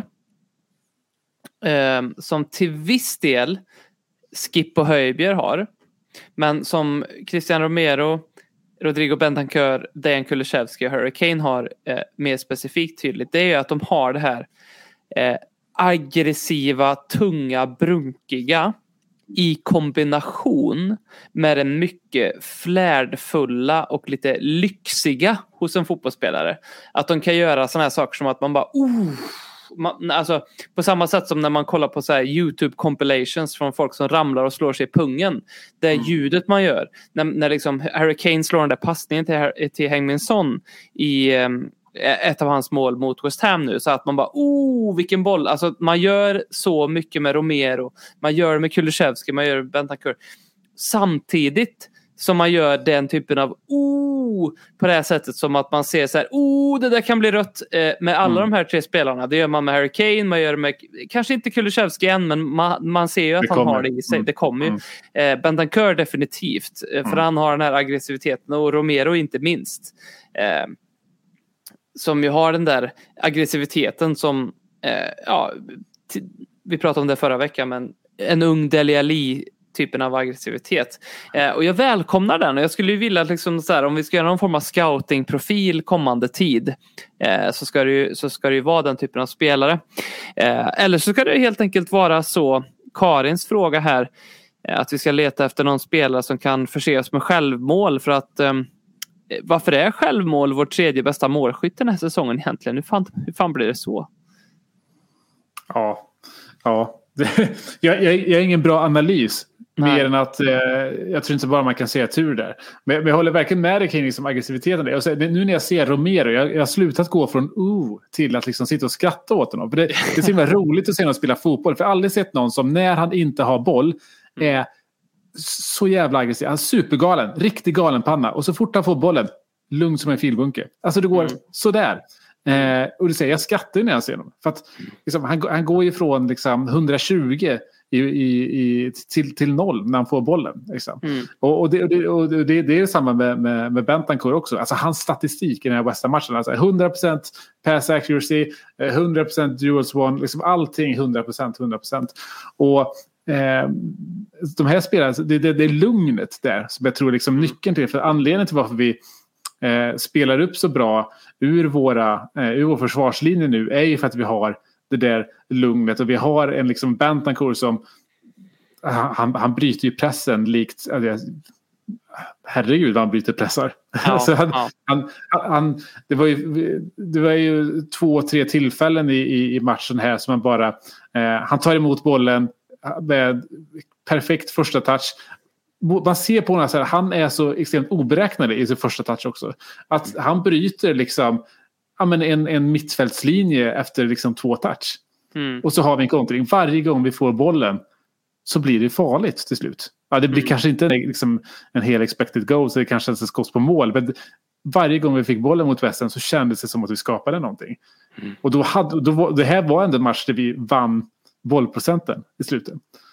Eh, som till viss del Skip och Højbjerg har. Men som Christian Romero, Rodrigo Bentancur, Dejan Kulusevski och Harry Kane har eh, mer specifikt tydligt. Det är ju att de har det här eh, aggressiva, tunga, brunkiga i kombination med den mycket flärdfulla och lite lyxiga hos en fotbollsspelare. Att de kan göra såna här saker som att man bara oh, man, alltså på samma sätt som när man kollar på så här YouTube compilations från folk som ramlar och slår sig i pungen. Det är mm. ljudet man gör när, när liksom Harry Kane slår den där passningen till, till Heung-min Son i um, ett av hans mål mot West Ham nu, så att man bara oh vilken boll, alltså man gör så mycket med Romero, man gör med Kulusevski, man gör med Bentancur samtidigt som man gör den typen av oh på det här sättet som att man ser så här oh det där kan bli rött eh, med alla mm. de här tre spelarna. Det gör man med Harry Kane, man gör med kanske inte Kulusevski än, men man, man ser ju att det han kommer. har det i sig. Mm. Det kommer ju. Mm. Eh, Bentancur definitivt eh, för mm. han har den här aggressiviteten och Romero inte minst. Eh, som ju har den där aggressiviteten som eh, ja, t- vi pratade om det förra veckan, men en ung Dele Alli typen av aggressivitet. Eh, och jag välkomnar den och jag skulle ju vilja liksom så här, om vi ska göra någon form av scouting-profil kommande tid eh, så, ska det ju, så ska det ju vara den typen av spelare. Eh, eller så ska det helt enkelt vara så, Karins fråga här, eh, att vi ska leta efter någon spelare som kan förse oss med självmål för att eh, varför är självmål vår tredje bästa målskytt den här säsongen egentligen? Hur fan, hur fan blir det så? Ja, ja. jag, jag, jag är ingen bra analys. Nej. Mer än att eh, jag tror inte bara man kan se tur där. Men, men jag håller verkligen med dig kring liksom aggressiviteten. Jag säger, nu när jag ser Romero, jag, jag har slutat gå från oh till att liksom sitta och skratta åt honom. För det, det är så himla roligt att se honom spela fotboll. För jag har aldrig sett någon som när han inte har boll är så jävla aggressiv. Han är supergalen, riktigt galen panna. Och så fort han får bollen, lugn som en filbunke. Alltså det går mm. sådär. Eh, och du säger, jag skrattar när jag ser honom. För att liksom, han, han går ju från liksom, hundratjugo i, i, i, till, till noll när han får bollen. Liksom. Mm. Och, och, det, och, det, och det, det är samma med, med, med Bentancur också. Alltså hans statistik i den här West Ham-matchen. Alltså hundra procent pass accuracy, hundra procent duels won. Liksom allting hundra procent, hundra procent. Och eh, de här spelarna, det, det, det är lugnet där som jag tror liksom nyckeln till. För anledningen till varför vi Eh, spelar upp så bra ur, våra, eh, ur vår försvarslinje nu är ju för att vi har det där lugnet och vi har en liksom Bentancur som han, han bryter ju pressen likt alltså, herregud vad han bryter pressar ja, alltså, han, ja. han, han, det, var ju, det var ju två, tre tillfällen i, i, i matchen här som han bara eh, han tar emot bollen med perfekt första touch. Man ser på honom att han är så extremt oberäknelig i sin första touch också. Att han bryter liksom ja, men en, en mittfältslinje efter liksom två touch. Mm. Och så har vi en kontring. Varje gång vi får bollen så blir det farligt till slut. Ja, det blir mm. kanske inte liksom en hel expected goal så det kanske inte skotts på mål. Men varje gång vi fick bollen mot West Ham så kändes det som att vi skapade någonting. Mm. Och då hade, då var, det här var ändå en match där vi vann bollprocenten i slutet.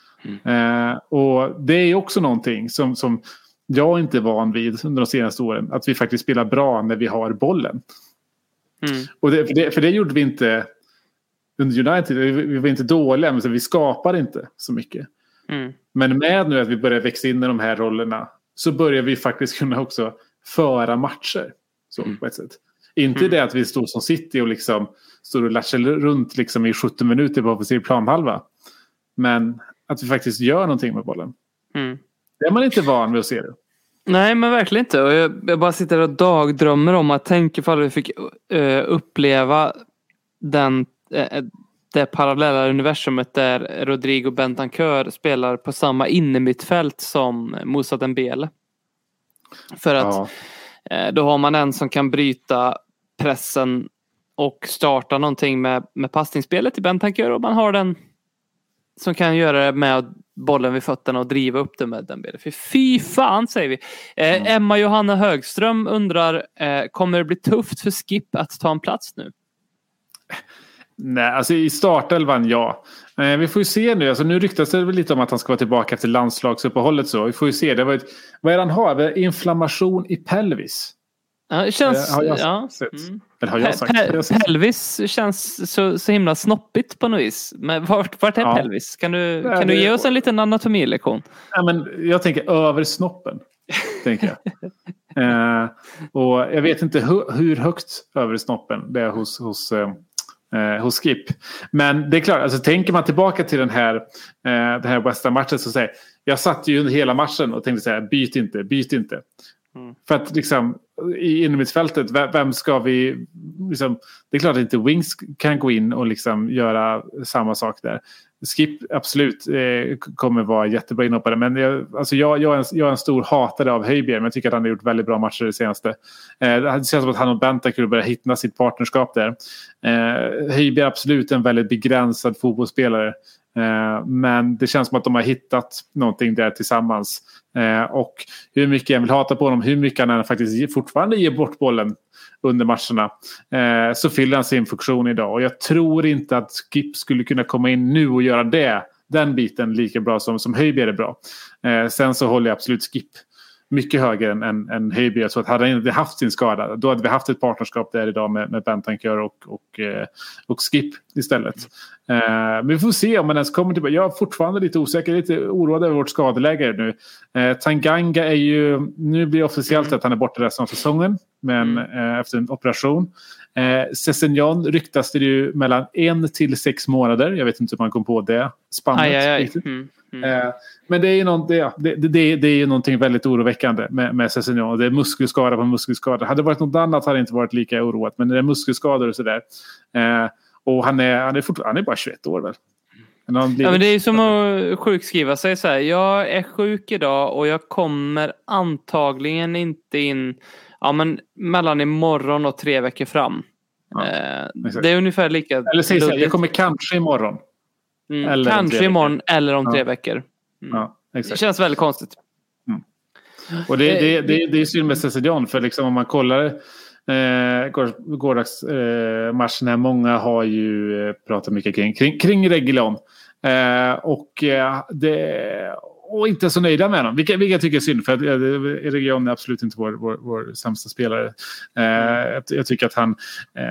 Mm. Eh, och det är också någonting som, som jag inte är van vid under de senaste åren. Att vi faktiskt spelar bra när vi har bollen. Mm. Och det, för, det, för det gjorde vi inte under United. Vi, vi var inte dåliga, men så vi skapade inte så mycket. Mm. Men med nu att vi börjar växa in i de här rollerna så börjar vi faktiskt kunna också föra matcher. Så, mm. på ett sätt. Inte mm. det att vi står som City och liksom står och latchar runt liksom i sjutton minuter på offensiv planhalva. Men att vi faktiskt gör någonting med bollen. Mm. Det är man inte van vid att se det. Nej, men verkligen inte. Och jag, jag bara sitter och dagdrömmer om att tänka ifall vi fick uh, uppleva den, uh, det parallella universumet där Rodrigo Bentancur spelar på samma innermittfält som Moussa Dembele. För att Eh, då har man en som kan bryta pressen och starta någonting med, med passningsspelet i Bentancur, och man har den som kan göra det med bollen vid fötterna och driva upp det med den benen. För fy fan, säger vi. Eh, mm. Emma Johanna Högström undrar, eh, kommer det bli tufft för Skip att ta en plats nu? Nej, alltså i startelvan, ja. Eh, vi får ju se nu. Alltså, nu ryktas det väl lite om att han ska vara tillbaka efter landslagsuppehållet. Så. Vi får ju se. Det var ett, vad är det han har? Inflammation i pelvis. Ja, det känns... Eh, har jag ja. sett? Mm. Eller har jag sagt? Pe- jag sagt? Pelvis känns så, så himla snoppigt på något vis. Men vart, vart är ja. pelvis? Kan du, Nej, kan du ge oss en liten anatomilektion? Ja, men jag tänker över snoppen. tänker jag. Eh, och jag vet inte hu- hur högt över snoppen det är hos... hos eh, Eh, hos Skip. Men det är klart, alltså, tänker man tillbaka till den här, eh, den här West Ham-matchen, så säger jag satt ju under hela matchen och tänkte säga byt inte, byt inte. Mm. För att liksom i innermittfältet, vem, vem ska vi liksom, det är klart att inte Wings kan gå in och liksom göra samma sak där. Skip absolut eh, kommer vara jättebra inhoppare, men jag, alltså jag, jag, är en, jag är en stor hatare av Höjbjerg, men jag tycker att han har gjort väldigt bra matcher det senaste. Eh, det känns som att han och Bentancur börjar hitta sitt partnerskap där. Eh, Höjbjerg är absolut en väldigt begränsad fotbollsspelare, eh, men det känns som att de har hittat någonting där tillsammans. Eh, och hur mycket jag vill hata på honom, hur mycket han faktiskt fortfarande ger bort bollen under matcherna, eh, så fyller han sin funktion idag. Och jag tror inte att Skip skulle kunna komma in nu och göra det, den biten lika bra som, som Höjbjerg är bra. Eh, sen så håller jag absolut Skip mycket högre än, än, än Höjbjerg. Så att hade han inte haft sin skada, då hade vi haft ett partnerskap där idag med, med Bentancur och, och, eh, och Skip istället. Eh, men vi får se om man ens kommer tillbaka. Jag är fortfarande lite osäker, lite oroad över vårt skadeläge nu. Eh, Tanganga är ju, nu blir det officiellt mm. att han är borta resten av säsongen, men mm. eh, efter en operation. Eh, Sessegnon ryktas det ju mellan en till sex månader. Jag vet inte hur man kom på det spannet. Aj, aj, aj. Mm. Mm. Eh, men det är ju någon, det, det, det, det är ju någonting väldigt oroväckande med, med Sessegnon. Det är muskelskada på muskelskada. Hade det varit något annat hade det inte varit lika oroat. Men det är muskelskador och sådär. Eh, och han är, han, är han är bara tjugoett år väl. Men ja, men det är ju som att sjukskriva sig så här. Jag är sjuk idag och jag kommer antagligen inte in ja, men mellan imorgon och tre veckor fram. Ja, eh, det är ungefär lika. Eller säg så här, jag kommer kanske imorgon. Mm, eller kanske imorgon eller om ja. tre veckor. Mm. Ja, det känns väldigt konstigt. Mm. Och det, det, det, det är synd med Sessegnon, för liksom om man kollar eh, gårdagsmatchen eh, här, många har ju eh, pratat mycket kring, kring, kring Reguilón. Eh, och eh, det och inte så nöjda med honom. Vilka, vilka tycker är synd, för att eh, Reguilón är absolut inte vår, vår, vår sämsta spelare. Eh, jag, jag tycker att han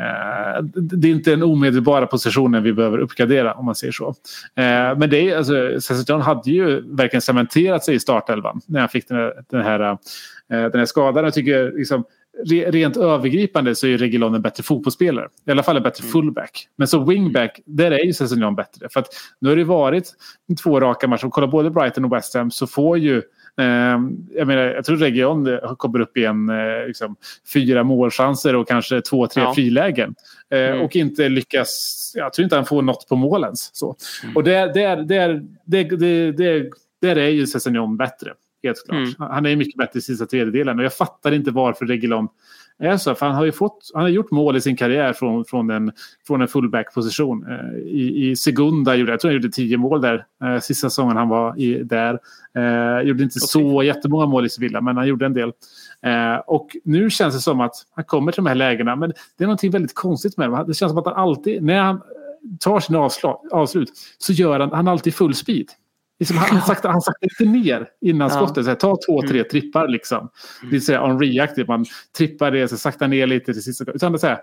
eh, det är inte en omedelbara position vi behöver uppgradera, om man säger så. Eh, men det är, alltså, Sessegnon hade ju verkligen cementerat sig i startelvan när han fick den här, den här, eh, den här skadan. Jag tycker liksom rent övergripande så är Reguilón en bättre fotbollsspelare. I alla fall en bättre fullback. Men så wingback, där är ju Sessegnon bättre. För att nu har det varit två raka matcher. Kolla både Brighton och West Ham, så får ju eh, jag menar, jag tror Reguilón kommer upp i en eh, liksom, fyra målchanser och kanske två, tre ja. frilägen. Eh, mm. Och inte lyckas, jag tror inte han får något på målens. Så. Mm. Och där, där, där, där, där, där, där är ju Sessegnon bättre. Helt klart. Mm. Han är mycket bättre i sista tredjedelen. Och jag fattar inte varför Reguilón är så. För han har ju fått, han har gjort mål i sin karriär från, från en, från en fullback-position. Eh, i, I Segunda gjorde jag tror han gjorde tio mål där. Eh, sista säsongen han var i, där. Eh, gjorde inte okay. så jättemånga mål i Sevilla, men han gjorde en del. Eh, och nu känns det som att han kommer till de här lägena. Men det är någonting väldigt konstigt med det. Det känns som att han alltid, när han tar sin avslag, avslut, så gör han, han alltid full speed. Liksom han, han, sakta, han sakta lite ner innan ja. skottet. Så här, ta två, tre trippar liksom. Det är så här on reactive. Man trippar det, så sakta ner lite till sista. Utan det så här,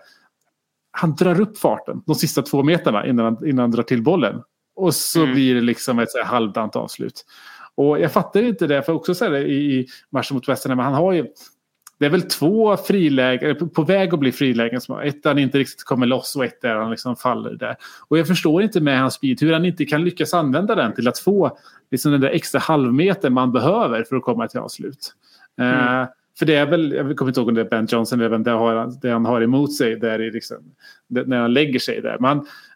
han drar upp farten de sista två meterna innan han, innan han drar till bollen. Och så mm. blir det liksom ett så här halvdant avslut. Och jag fattar inte det, för också så här, i, i matchen mot West Ham, men han har ju, det är väl två frilägen på, på väg att bli frilägen. Ett där han inte riktigt kommer loss och ett där han liksom faller där. Och jag förstår inte med hans speed hur han inte kan lyckas använda den till att få liksom den där extra halvmeter man behöver för att komma till avslut. Mm. Uh, för det är väl, jag kommer inte ihåg om det är Ben Johnson eller vem det, har, det han har emot sig där i liksom, det, när han lägger sig där. Men han,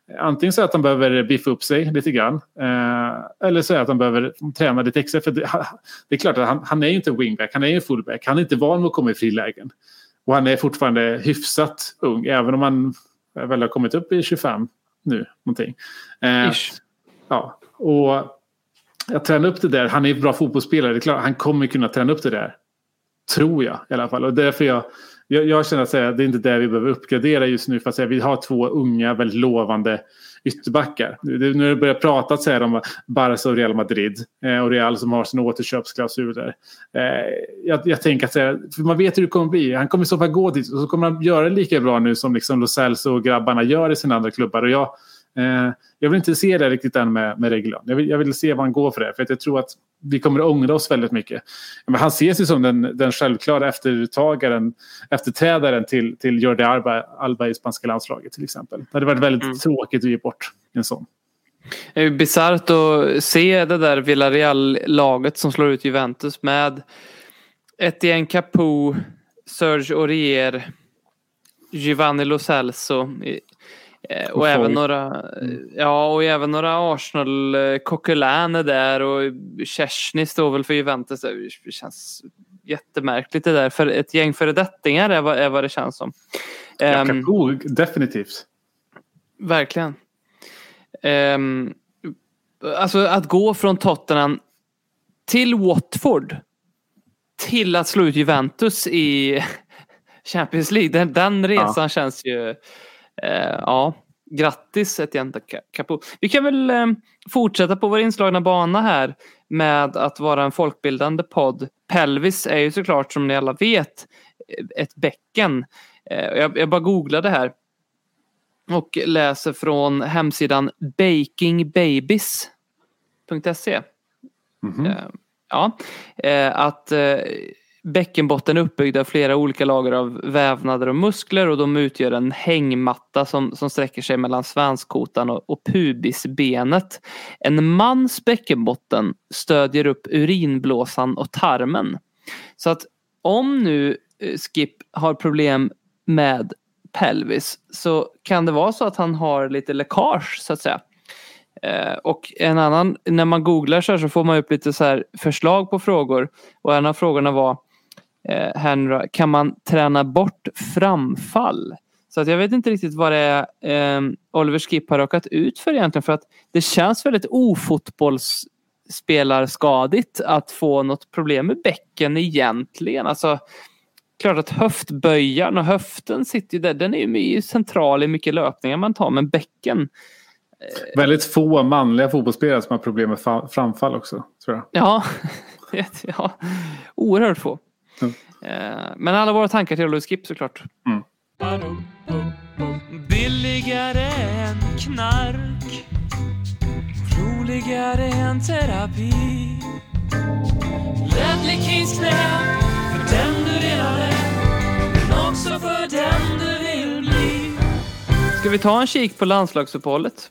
antingen så att han behöver biffa upp sig lite grann. Eh, eller så att han behöver träna lite extra. För det, det är klart att han, han är ju inte en wingback, han är ju en fullback. Han är inte van med att komma i frilägen. Och han är fortfarande hyfsat ung, även om han väl har kommit upp i tjugofem nu. Någonting. Eh, ja, och jag tränar upp det där. Han är en bra fotbollsspelare, det är klart. Han kommer kunna träna upp det där. Tror jag i alla fall. Och därför jag, jag, jag känner att säga, det är inte det vi behöver uppgradera just nu. För att säga, vi har två unga, väldigt lovande ytterbackar. Nu när det börjar prata så här om Barca och Real Madrid. Eh, och Real som har sina återköpsklausuler. Eh, jag, jag tänker att säga, för man vet hur det kommer bli. Han kommer i så fall gå dit och så kommer han göra det lika bra nu som liksom Lo Celso och grabbarna gör i sina andra klubbar. Och jag... Eh, jag vill inte se det riktigt än med, med Reguilón. Jag vill, jag vill se vad han går för det. För att jag tror att vi kommer att ångra oss väldigt mycket. Men han ses ju som den, den självklara eftertagaren, efterträdaren till, till Jordi Alba, Alba i spanska landslaget till exempel. Det hade varit väldigt mm. tråkigt att ge bort en sån. Det är ju bisarrt att se det där Villarreal-laget som slår ut Juventus med Etienne Capoue, Serge Aurier, Giovanni Lo Celso och, och även några ja och även några Arsenal Coquelin är där och Chesney står väl för Juventus. Det känns jättemärkligt det där för ett gäng föredettingar är vad, är vad det känns som. Ja, Capoue, definitivt. Verkligen. Um, alltså att gå från Tottenham till Watford till att slå ut Juventus i Champions League, den, den resan ja. Känns ju uh, ja, grattis Etienne Capoue. Vi kan väl um, fortsätta på vår inslagna bana här med att vara en folkbildande podd. Pelvis är ju såklart som ni alla vet ett bäcken. Uh, jag, jag bara googlade här och läser från hemsidan baking babies punkt se. Mm-hmm. Uh, ja, uh, att uh, bäckenbotten är uppbyggd av flera olika lager av vävnader och muskler och de utgör en hängmatta som, som sträcker sig mellan svanskotan och, och pubisbenet. En mans bäckenbotten stödjer upp urinblåsan och tarmen. Så att om nu uh, Skip har problem med pelvis så kan det vara så att han har lite läckage så att säga. Eh, och en annan, när man googlar så, här så får man upp lite så här förslag på frågor och en av frågorna var eh, Henry, kan man träna bort framfall? Så att jag vet inte riktigt vad det är eh, Oliver Skip har råkat ut för egentligen, för att det känns väldigt ofotbollsspelarskadigt att få något problem med bäcken egentligen. Alltså klart att höftböjaren och höften sitter ju där. Den är ju central i mycket löpningar man tar, men bäcken... Väldigt få manliga fotbollsspelare som har problem med framfall också, tror jag. Ja, ja oerhört få. Mm. Men alla våra tankar till Oliver Skip såklart. Mm. Billigare än knark, roligare än terapi. Ledley Kings knä för den du redan är, men också för den du vill bli. Ska vi ta en kik på landslagsuppehållet?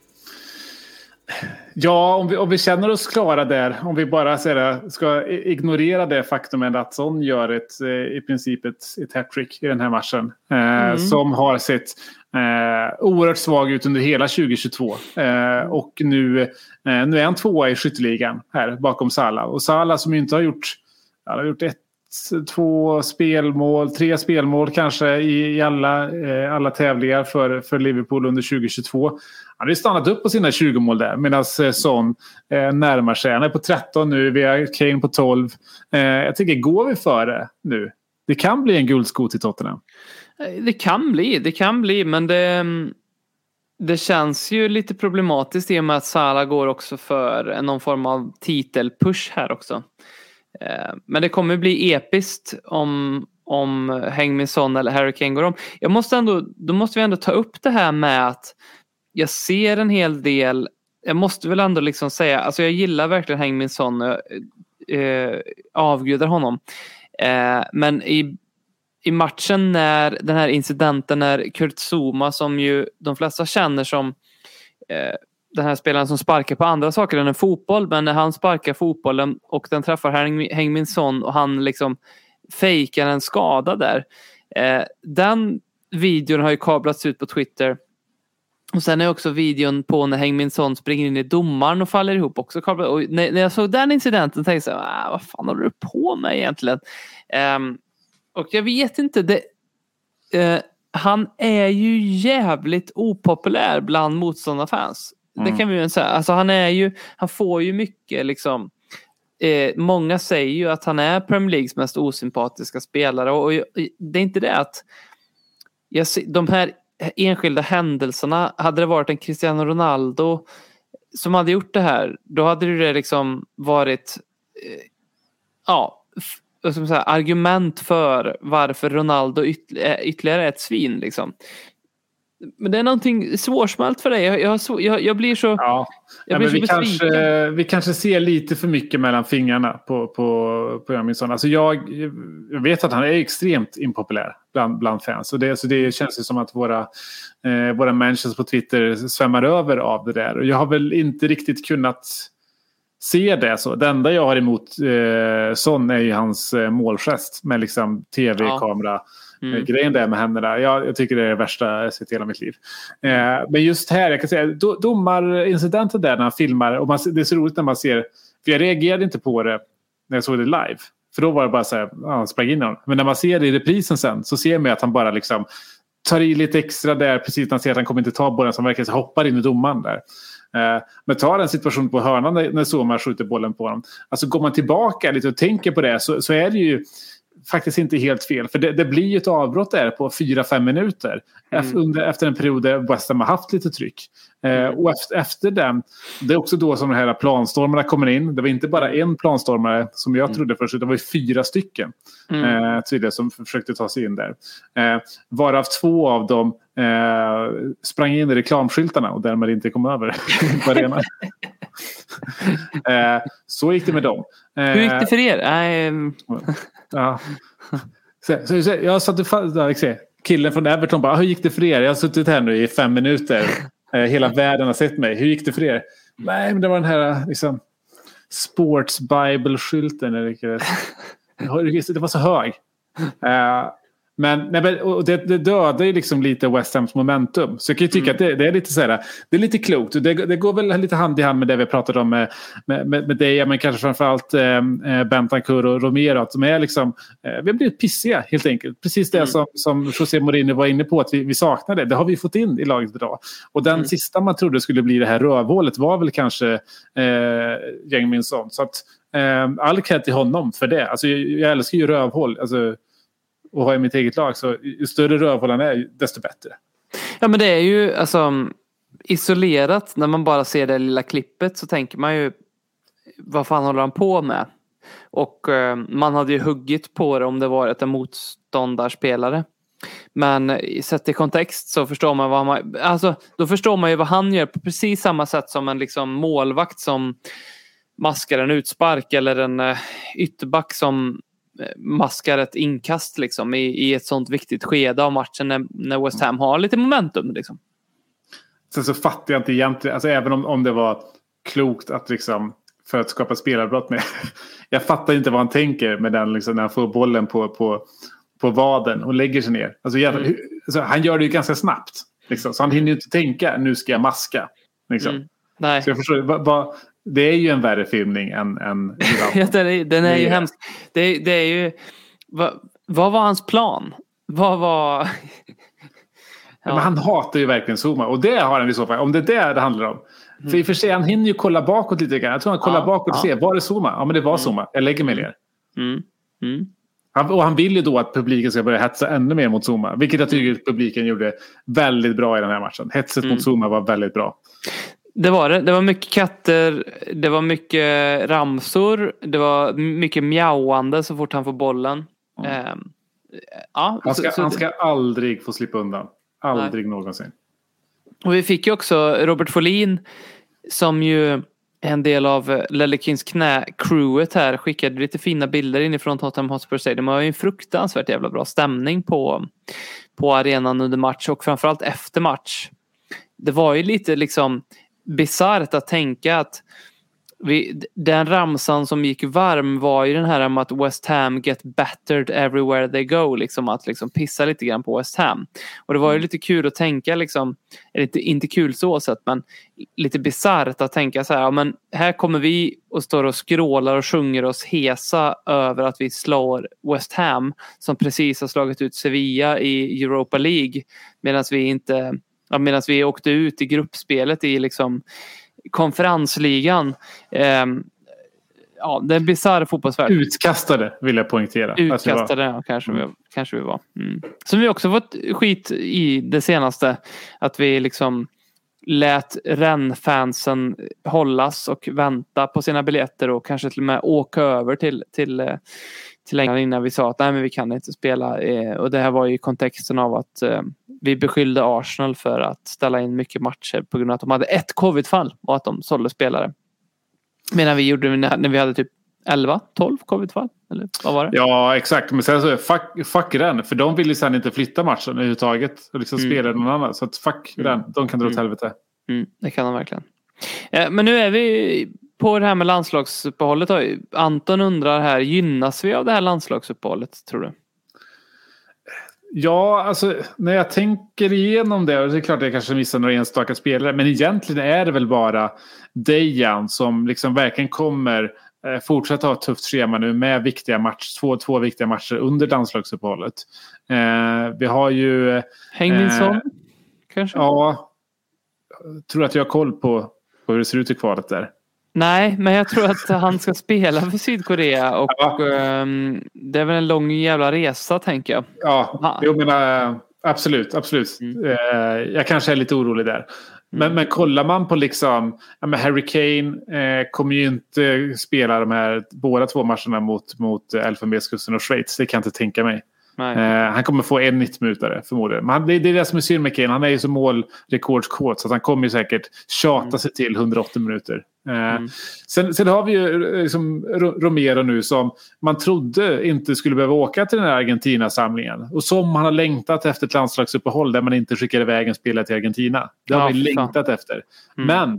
Ja, om vi, om vi känner oss klara där, om vi bara säga, ska ignorera det faktumet att Son gör ett, i princip ett, ett hattrick i den här matchen. Eh, mm. Som har sett eh, oerhört svag ut under hela tjugo tjugotvå. Eh, och nu, eh, nu är han tvåa i skytteligan här bakom Salah. Och Salah som inte har gjort, han har gjort ett två spelmål, tre spelmål kanske i, i alla, eh, alla tävlingar för, för Liverpool under tjugo tjugotvå. Han har stannat upp på sina tjugo mål där medan eh, Son eh, närmar sig. Han är på tretton nu, vi har Kane på tolv. Eh, jag tycker, går vi före nu? Det kan bli en guldsko till Tottenham. Det kan bli, det kan bli, men det, det känns ju lite problematiskt i och med att Salah går också för någon form av titelpush här också. Men det kommer bli episkt om, om Heung-min Son eller Harry Kane går om. Jag måste ändå, då måste vi ändå ta upp det här med att jag ser en hel del, jag måste väl ändå liksom säga, alltså jag gillar verkligen Heung-min Son och eh, avgudar honom. Eh, men i, i matchen när den här incidenten när Kurt Zouma, som ju de flesta känner som eh, den här spelaren som sparkar på andra saker än en fotboll, men när han sparkar fotbollen och den träffar Heung-min Son och han liksom fejkar en skada där. Eh, den videon har ju kablats ut på Twitter Och sen är också videon på när Heung-min Son springer in i domaren och faller ihop också. Och när, när jag såg den incidenten tänkte jag, ah, vad fan håller du på med egentligen? Um, och jag vet inte, det, uh, han är ju jävligt opopulär bland motståndarfans. Mm. Det kan vi ju säga. Alltså han är ju, han får ju mycket liksom. Eh, många säger ju att han är Premier Leagues mest osympatiska spelare. Och, och det är inte det att jag ser, de här enskilda händelserna, hade det varit en Cristiano Ronaldo som hade gjort det här, då hade det liksom varit eh, ja, f- som säga, argument för varför Ronaldo yt- ytterligare är ett svin liksom. Men det är någonting svårsmält för dig. Jag, jag, jag, jag blir så, ja. jag ja, blir men så vi, besviken. kanske, vi kanske ser lite för mycket mellan fingrarna på, på, på Heung-min Son. Alltså jag, jag vet att han är extremt impopulär bland, bland fans. Och det, så det känns ju som att våra, eh, våra mentions på Twitter svämmar över av det där. Och jag har väl inte riktigt kunnat se det så. Det enda jag har emot eh, Son är ju hans eh, målgest med liksom tv-kamera. Ja. Mm. Grejen där med händerna. Jag, jag tycker det är det värsta jag sett i hela mitt liv. Eh, men just här, jag kan säga, do, domarincidenten där när han filmar, och man, det är så roligt när man ser, för jag reagerade inte på det när jag såg det live. För då var det bara så här, ja, han sprang in honom. Men när man ser det i reprisen sen, så ser man att han bara liksom tar i lite extra där, precis när han ser att han kommer inte ta bollen, som verkar så hoppar in i domaren där. Eh, men tar en situation på hörnan när, när Soma skjuter bollen på honom. Alltså går man tillbaka lite och tänker på det, så, så är det ju faktiskt inte helt fel. För det, det blir ju ett avbrott där på fyra fem minuter. Mm. Efter, under, efter en period där West Ham har haft lite tryck. Eh, och efter, efter den, det är också då som de här planstormarna kommer in. Det var inte bara en planstormare som jag trodde först, det var ju fyra stycken mm. eh, tydligen som försökte ta sig in där. Eh, varav två av dem eh, sprang in i reklamskyltarna och därmed inte kom över på arenan. eh, så gick det med dem. Eh, Hur gick det för er? Nej. Ja. Så, så, så, jag satt och där, se, killen från Everton bara, hur gick det för er? Jag har suttit här nu i fem minuter. Eh, hela världen har sett mig. Hur gick det för er? Nej, men det var den här liksom, Sports Bible-skylten. Det var så hög. Eh, Men, nej, och det, det dödar ju liksom lite West Hams momentum. Så jag kan ju tycka mm. att det, det är lite så här, det är lite klokt. Det, det går väl lite hand i hand med det vi pratat om med, med, med, med dig, men kanske framförallt eh, Bentancur och Romero. Att de är liksom, eh, vi har blivit pissiga helt enkelt. Precis det mm. som, som José Mourinho var inne på, att vi, vi saknade. Det har vi fått in i laget idag. Och den mm. sista man trodde skulle bli det här rövhålet var väl kanske eh, Heung-min Son. Så att eh, all cred till honom för det. Alltså, jag, jag älskar ju rövhål. Alltså, och har i mitt eget lag, så ju större rövhål han är, desto bättre. Ja, men det är ju alltså isolerat, när man bara ser det lilla klippet så tänker man ju, vad fan håller han på med? Och eh, man hade ju huggit på det om det var ett motståndarspelare. Men sett i kontext så förstår man vad man, alltså då förstår man ju vad han gör på precis samma sätt som en liksom målvakt som maskar en utspark, eller en eh, ytterback som maskar ett inkast liksom, i, i ett sånt viktigt skede av matchen när, när West Ham har lite momentum liksom. Sen så fattar jag inte egentligen, alltså även om, om det var klokt att liksom, för att skapa spelarbrott med, jag fattar inte vad han tänker med den liksom, när han får bollen på, på, på vaden och lägger sig ner. Alltså, jävla, mm. alltså, han gör det ju ganska snabbt liksom, så han hinner ju inte tänka, nu ska jag maska liksom. Mm. Nej. Så jag förstår, vad, vad det är ju en värre filmning än... än ja, den är, den är ju hemsk. Det, det är ju... Vad, vad var hans plan? Vad var... ja. Men han hatar ju verkligen Zuma. Och det har han i så fall. Om det är det det handlar om. Mm. För i och för sig, han hinner ju kolla bakåt lite grann. Jag tror han kollar ja, bakåt och ja. ser. Var det Zuma? Ja, men det var mm. Zuma. Jag lägger mig ner. Mm. Mm. Han, och han vill ju då att publiken ska börja hetsa ännu mer mot Zuma. Vilket jag tycker att publiken gjorde väldigt bra i den här matchen. Hetset mm. mot Zuma var väldigt bra. Det var det. Det var mycket katter, det var mycket ramsor, det var mycket mjauande så fort han får bollen. Mm. Eh, ja, han ska, så, så, han ska aldrig få slippa undan. Aldrig nej. någonsin. Och vi fick ju också Robert Folin, som ju är en del av Lellekins knä-crewet här, skickade lite fina bilder inifrån Tottenham Hotspur Stadium. Det var ju en fruktansvärt jävla bra stämning på, på arenan under match och framförallt efter match. Det var ju lite liksom bisarrt att tänka att vi, den ramsan som gick varm var ju den här om att West Ham get battered everywhere they go, liksom att liksom pissa lite grann på West Ham. Och det var ju lite kul att tänka liksom, eller inte, inte kul så sätt, men lite bizarrt att tänka så här, ja, men här kommer vi och står och skrålar och sjunger oss hesa över att vi slår West Ham som precis har slagit ut Sevilla i Europa League, medan vi inte, ja, medan vi åkte ut i gruppspelet i liksom konferensligan. Eh, ja, det är en bizarr fotbollsvärld. Utkastade vill jag poängtera. Utkastade, ja, kanske, mm. vi, kanske vi var. Mm. Som vi också fått skit i det senaste. Att vi liksom lät Rennes-fansen hållas och vänta på sina biljetter och kanske till och med åka över till, till, till England innan vi sa att nej, men vi kan inte spela. Och det här var ju kontexten av att vi beskyllde Arsenal för att ställa in mycket matcher på grund av att de hade ett covid-fall och att de sålde spelare. Medan vi gjorde när vi hade typ elva tolv covid-fall. Eller vad var det? Ja, exakt. Men sen så är fuck, fuck den. För de vill ju sen inte flytta matchen överhuvudtaget. Och liksom mm. spela någon annan. Så att fuck mm. den. De kan dra åt mm. helvete. Mm. Det kan de verkligen. Ja, men nu är vi på det här med landslagsuppehållet. Anton undrar här, gynnas vi av det här landslagsuppehållet, tror du? Ja, alltså när jag tänker igenom det, det är klart att jag kanske missar några enstaka spelare, men egentligen är det väl bara Dejan som liksom verkligen kommer eh, fortsätta ha ett tufft schema nu med viktiga matcher, två, två viktiga matcher under landslagsuppehållet. Eh, vi har ju... Hängminsson, eh, kanske? Ja, tror att jag har koll på, på hur det ser ut i kvalet där. Nej, men jag tror att han ska spela för Sydkorea och ja. um, det är väl en lång jävla resa, tänker jag. Ja, jag menar, absolut, absolut. Mm. Uh, jag kanske är lite orolig där. Men, mm. men kollar man på liksom, ja, men Harry Kane eh, kommer ju inte spela de här båda två matcherna mot, mot Elfenbenskusten och Schweiz, det kan jag inte tänka mig. Eh, han kommer få en nittminutare förmodligen. Men han, det, det är det som är synd med Kane. Han är ju så målrekordskåt så att han kommer ju säkert tjata mm. sig till hundraåttio minuter. Eh, mm. sen, sen har vi ju liksom Romero nu som man trodde inte skulle behöva åka till den här Argentina-samlingen. Och som han har längtat efter ett landslagsuppehåll där man inte skickar iväg en spelare till Argentina. Det har ja, vi längtat fan. efter. Mm. Men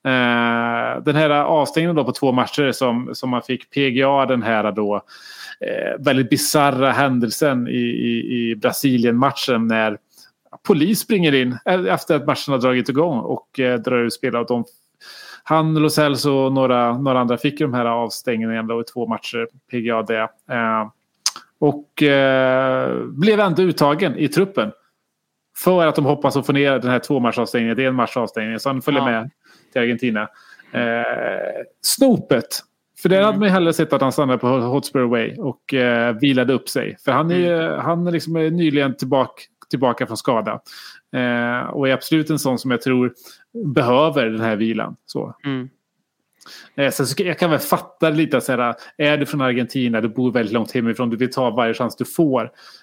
eh, den här avstängningen då på två matcher som, som man fick P G A den här då Eh, väldigt bizarra händelsen i, i, i Brasilien-matchen när polis springer in efter att matchen har dragit igång och eh, drar ut spelare. Och de, han, Lo Celso och några, några andra fick de här avstängningarna i två matcher, P G A det. Eh, och eh, blev ändå uttagen i truppen för att de hoppas att få ner den här två matchavstängningen. Det är en matchavstängning så han följer ja. med till Argentina. Eh, snopet. För det mm. hade man ju hellre sett att han stannade på Hotspur Way och eh, vilade upp sig. För han är, mm. han är liksom nyligen tillbaka, tillbaka från skada. Eh, och är absolut en sån som jag tror behöver den här vilan. Så. Mm. Eh, så jag kan väl fatta lite så här, är du från Argentina, du bor väldigt långt hemifrån, du vill ta varje chans du får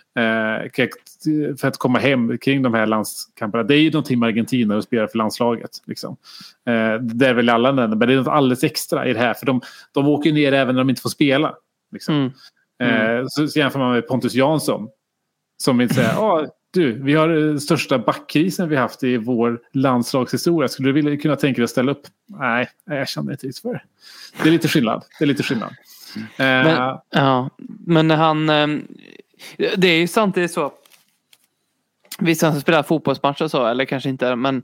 eh, för att komma hem kring de här landskamperna. Det är ju någonting med Argentina att spela för landslaget. Liksom. Eh, det är väl alla länder, men det är något alldeles extra i det här, för de, de åker ner även när de inte får spela. Liksom. Mm. Mm. Eh, så, så jämför man med Pontus Jansson som vill säga, ah, du, vi har den största backkrisen vi haft i vår landslagshistoria. Skulle du vilja kunna tänka dig att ställa upp? Nej, jag känner inte riktigt för det. Det är lite skillnad. Det är lite skillnad. Men, uh, ja, men han... Det är ju samtidigt så. Vissa som spelar fotbollsmatcher så, eller kanske inte, men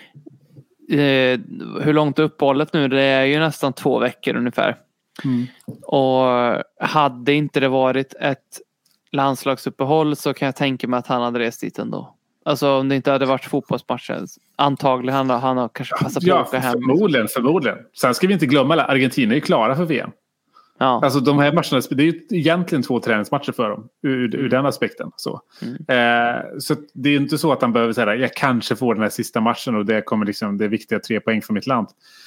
eh, hur långt uppehållet nu? Det är ju nästan två veckor ungefär. Mm. Och hade inte det varit ett landslagsuppehåll så kan jag tänka mig att han hade rest dit ändå. Alltså om det inte hade varit fotbollsmatcher. Antagligen han, han har kanske passat på ja, att åka hem. Förmodligen, förmodligen. Sen ska vi inte glömma att Argentina är klara för V M. Ja. Alltså de här matcherna, det är ju egentligen två träningsmatcher för dem. Ur, ur den aspekten. Så, mm. eh, så det är inte så att han behöver säga jag kanske får den här sista matchen och det kommer liksom det viktiga tre poäng för mitt land.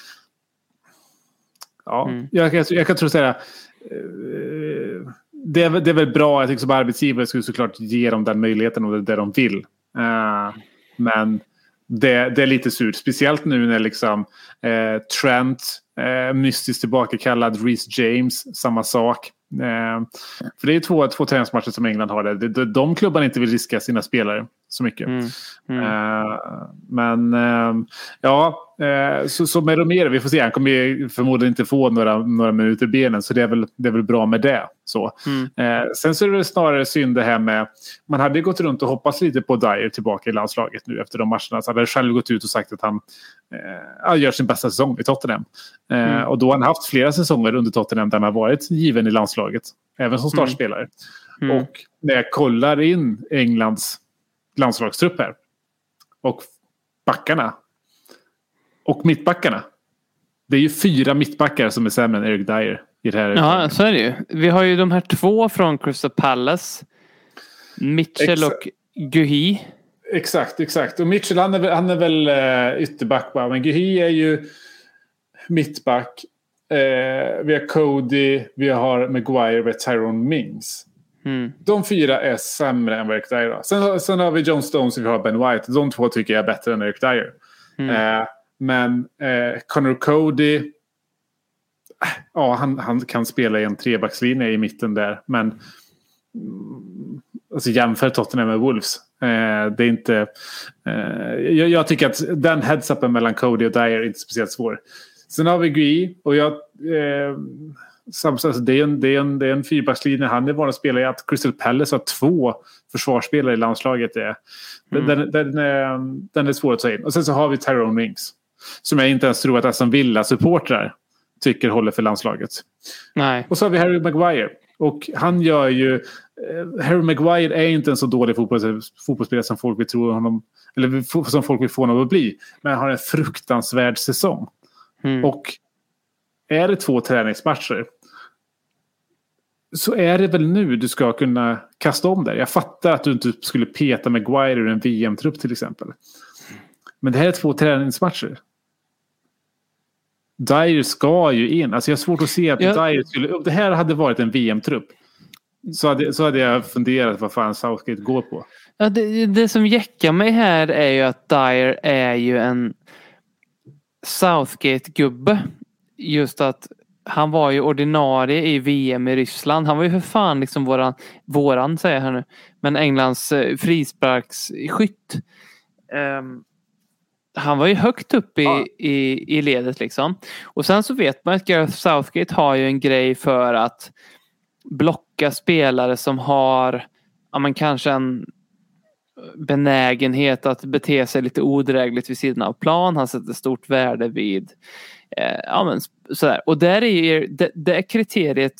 Ja, mm. jag, jag, jag kan tro säga eh, Det är, det är väl bra att liksom arbetsgivare skulle såklart ge dem den möjligheten och det, det de vill. Uh, men det, det är lite surt. Speciellt nu när liksom uh, Trent uh, mystiskt tillbaka kallad Reece James, samma sak. Eh, för det är två, två träningsmatcher som England har det. De, de klubbarna inte vill riska sina spelare så mycket. Mm. Mm. Eh, men eh, ja, eh, så, så med Romero, vi får se. Han kommer ju förmodligen inte få några, några minuter i benen, så det är väl, det är väl bra med det. Så. Mm. Eh, sen så är det snarare synd det här med, man hade gått runt och hoppats lite på Dyer tillbaka i landslaget nu efter de matcherna. Så hade själv gått ut och sagt att han eh, gör sin bästa säsong i Tottenham. Eh, mm. Och då har han haft flera säsonger under Tottenham där han har varit given i landslaget. Även som startspelare. Mm. Och när jag kollar in Englands landslagstrupp här och backarna och mittbackarna. Det är ju fyra mittbackar som är sämre än Eric Dyer i det här. Ja, så är det ju. Vi har ju de här två från Crystal Palace. Mitchell exakt. Och Guhi. Exakt, exakt. Och Mitchell han är väl, han är väl uh, ytterback bara. Men Guhi är ju mittback. Uh, vi har Cody, vi har Maguire, vi har Tyrone Mings. Mm. De fyra är sämre än Eric Dyer. Sen, sen har vi John Stones och vi har Ben White. De två tycker jag är bättre än Eric Dyer. Mm. Uh, men uh, Connor Cody, uh, ja, han, han kan spela i en trebackslinje i mitten där. Men um, alltså jämför Tottenham med Wolves. Uh, det är inte... Uh, jag, jag tycker att den heads-upen mellan Cody och Dyer är inte speciellt svår. Sen har vi Gui och jag... Uh, Alltså det är en, det är en, det är en fyrbackslinje. Han är van att spela i att Crystal Palace har två försvarsspelare i landslaget. Det, mm. den, den, är, den är svår att ta in. Och sen så har vi Tyrone Mings, som jag inte ens tror att Aston Villa-supportrar tycker håller för landslaget. Nej. Och så har vi Harry Maguire. Och han gör ju... Eh, Harry Maguire är inte en så dålig fotbolls, fotbollsspelare som folk vill tro honom, eller som folk vill få honom att bli. Men han har en fruktansvärd säsong. Mm. Och är det två träningsmatcher så är det väl nu du ska kunna kasta om där. Jag fattar att du inte skulle peta Maguire ur en V M-trupp till exempel. Men det här är två träningsmatcher. Dyer ska ju in. Alltså jag har svårt att se att ja. Dyer skulle... Om det här hade varit en V M-trupp så hade, så hade jag funderat vad fan Southgate går på. Ja, det, det som jäckar mig här är ju att Dyer är ju en Southgate-gubbe. Just att han var ju ordinarie i V M i Ryssland. Han var ju för fan liksom våran, våran säger jag här nu. Men Englands eh, frisparksskytt. Um, han var ju högt upp i, ja. i, i ledet liksom. Och sen så vet man att Gareth Southgate har ju en grej för att blocka spelare som har, ja men kanske en benägenhet att bete sig lite odrägligt vid sidan av plan. Han sätter stort värde vid eh, ja men sådär. Och där är det, det är kriteriet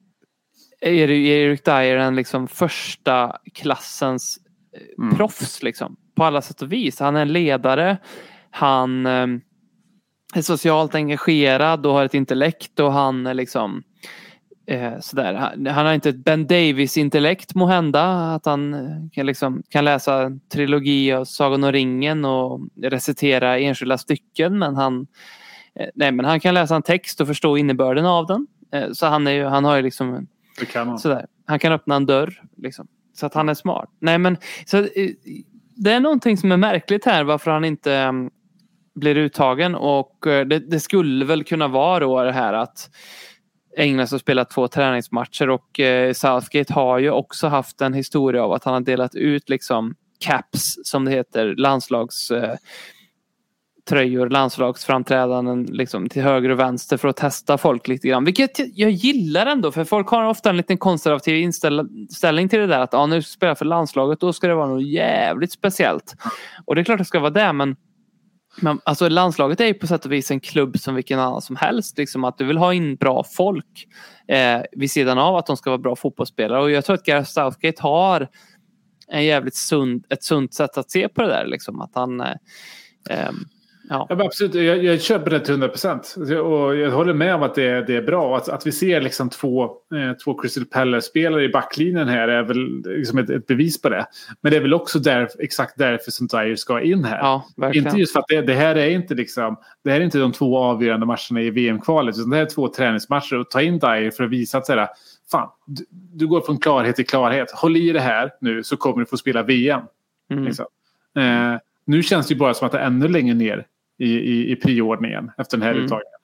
är ju Eric Dyer en liksom första klassens mm. proffs liksom på alla sätt och vis. Han är en ledare. Han eh, är socialt engagerad och har ett intellekt och han är liksom Eh, sådär. Han, han har inte ett Ben Davis-intellekt må hända att han kan, liksom, kan läsa en trilogi av Sagan om ringen och recitera enskilda stycken, men han, eh, nej, men han kan läsa en text och förstå innebörden av den. Eh, så han, är ju, han har ju liksom det kan han. Sådär. Han kan öppna en dörr liksom, så att han är smart. Nej, men så, eh, det är någonting som är märkligt här varför han inte eh, blir uttagen, och eh, det, det skulle väl kunna vara då det här att England har spelat två träningsmatcher, och eh, Southgate har ju också haft en historia av att han har delat ut liksom caps, som det heter, landslags eh, tröjor, landslagsframträdanden liksom till höger och vänster för att testa folk lite grann. Vilket jag gillar ändå, för folk har ofta en liten konservativ inställning till det där att ah, när du spelar för landslaget då ska det vara något jävligt speciellt. Och det är klart det ska vara det, men Men alltså landslaget är ju på sätt och vis en klubb som vilken annan som helst. Liksom att du vill ha in bra folk eh, vid sidan av att de ska vara bra fotbollsspelare. Och jag tror att Gareth Southgate har en jävligt sund, ett sunt sätt att se på det där. Liksom. Att han... Eh, eh, ja. Ja, absolut, jag, jag köper det till hundra procent. Och jag håller med om att det, det är bra. Att, att vi ser liksom två, eh, två Crystal Palace-spelare i backlinjen här är väl liksom ett, ett bevis på det. Men det är väl också där, exakt därför som Dyer ska in här. Ja, inte just för att det, det här är inte liksom, det här är inte de två avgörande matcherna i V M-kvalet. Utan det här är två träningsmatcher, och ta in Dyer för att visa att säga, fan, du, du går från klarhet till klarhet. Håll i det här nu så kommer du få spela V M. Mm. Liksom. Eh, nu känns det ju bara som att det är ännu längre ner I, i, i priordningen efter den här mm. uttagningen.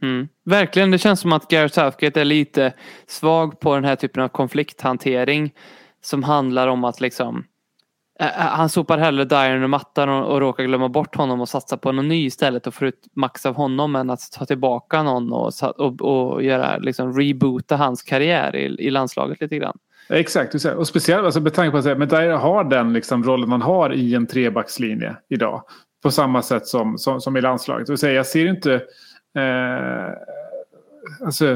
Mm. Verkligen, det känns som att Gareth Southgate är lite svag på den här typen av konflikthantering som handlar om att liksom äh, han sopar hellre Dyer under mattan och, och råkar glömma bort honom och satsa på någon ny istället och få ut max av honom än att ta tillbaka någon och, och, och göra liksom reboota hans karriär i, i landslaget lite grann. Exakt, och speciellt alltså, med tanke på att men Dyer har den liksom, rollen man har i en trebackslinje idag på samma sätt som, som, som i landslaget. Och säga, jag ser inte eh, alltså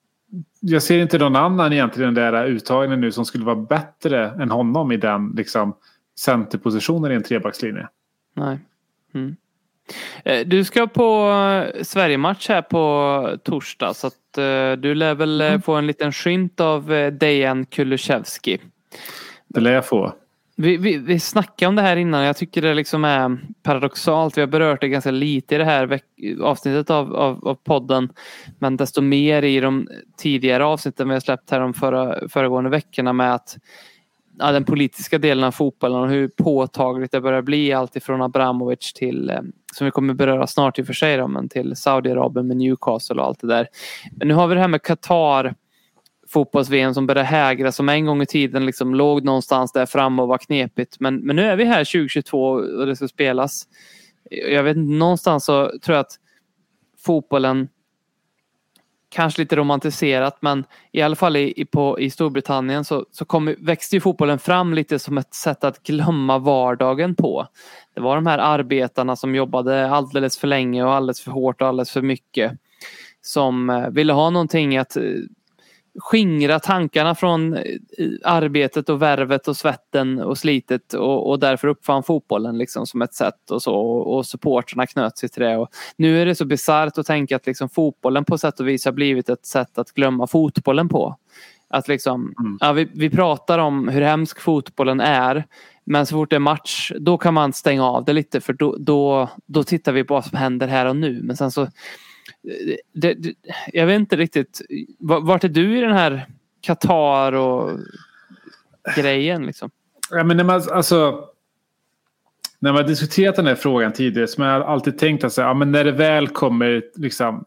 jag ser inte någon annan egentligen den där uttagningen nu som skulle vara bättre än honom i den liksom centerpositionen i en trebackslinje. Nej. Mm. Du ska på Sverige-match här på torsdag så att du lär väl mm. få en liten skymt av Dejan Kulusevski. Det lär jag få. Vi, vi, vi snackade om det här innan. Jag tycker det liksom är paradoxalt. Vi har berört det ganska lite i det här veck- avsnittet av, av, av podden. Men desto mer i de tidigare avsnitten vi har släppt här de förra, föregående veckorna med att ja, den politiska delen av fotbollen och hur påtagligt det börjar bli allt ifrån Abramovic till, som vi kommer beröra snart i och för sig då, men till Saudiarabien med Newcastle och allt det där. Men nu har vi det här med Qatar fotbolls-V M som börjar hägra som en gång i tiden liksom låg någonstans där framme och var knepigt. Men, men nu är vi här tjugo tjugotvå och det ska spelas. Jag vet inte, någonstans så tror jag att fotbollen kanske lite romantiserat, men i alla fall i, i, på, i Storbritannien så, så kom, växte ju fotbollen fram lite som ett sätt att glömma vardagen på. Det var de här arbetarna som jobbade alldeles för länge och alldeles för hårt och alldeles för mycket som ville ha någonting att skingra tankarna från arbetet och värvet och svetten och slitet och, och därför uppfann fotbollen liksom som ett sätt och så och, och supporterna knöt sig till det och nu är det så bisarrt att tänka att liksom fotbollen på sätt och vis har blivit ett sätt att glömma fotbollen på. Att liksom, mm. ja, vi, vi pratar om hur hemsk fotbollen är men så fort det är match då kan man stänga av det lite för då, då, då tittar vi på vad som händer här och nu men sen så Det, det, jag vet inte riktigt vart är du i den här Qatar och grejen liksom? Ja, men när man alltså när man diskuterat den här frågan tidigare så har jag alltid tänkt att säga, ja, men när det väl kommer liksom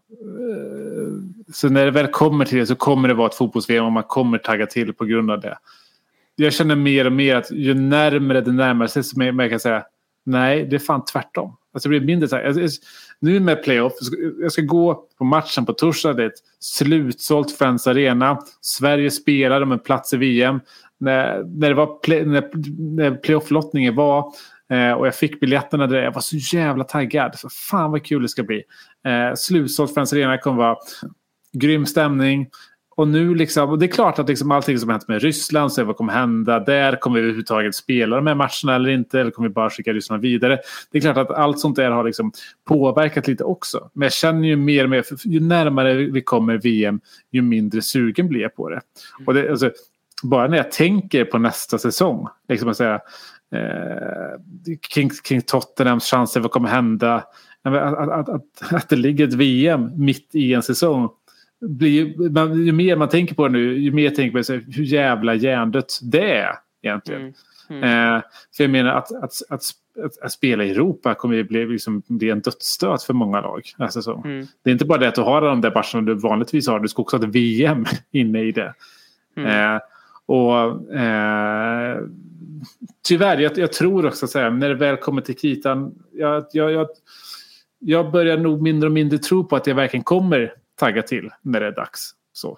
så när det väl kommer till det så kommer det vara ett fotbolls-V M och man kommer tagga till på grund av det. Jag känner mer och mer att ju närmare det närmar sig så mer kan säga nej, det är fan tvärtom. Alltså det blir mindre så här. Nu med playoff, jag ska gå på matchen på torsdag. Det är ett slutsålt Friends Arena. Sverige spelar om en plats i V M. När, när, det var play, när, när playoff-lottningen var eh, och jag fick biljetterna där, jag var så jävla taggad. Så fan vad kul det ska bli. Eh, slutsålt Friends Arena kommer vara grym stämning. Och nu liksom, och det är klart att liksom allting som hänt med Ryssland, så vad kommer hända där, kommer vi överhuvudtaget spela de här matcherna eller inte, eller kommer vi bara skicka Ryssland vidare. Det är klart att allt sånt där har liksom påverkat lite också. Men jag känner ju mer och mer, ju närmare vi kommer V M, ju mindre sugen blir jag på det. Och det, alltså, bara när jag tänker på nästa säsong, liksom att säga eh, kring, kring Tottenhams chanser, vad kommer hända, att, att, att, att det ligger ett V M mitt i en säsong. Blir, man, ju mer man tänker på det nu, ju mer jag tänker på så, hur jävla hjärndött det är egentligen. Mm. Mm. Eh, för jag menar att, att, att, att, att spela i Europa kommer ju bli, liksom, bli en dödsstöt för många lag. Alltså så. Mm. Det är inte bara det att du har de där matcherna du vanligtvis har, du ska också ha ett V M inne i det. Mm. Eh, och eh, tyvärr, jag, jag tror också att säga, när det väl kommer till kritan, jag, jag, jag, jag börjar nog mindre och mindre tro på att jag verkligen kommer tagga till när det är dags. Så.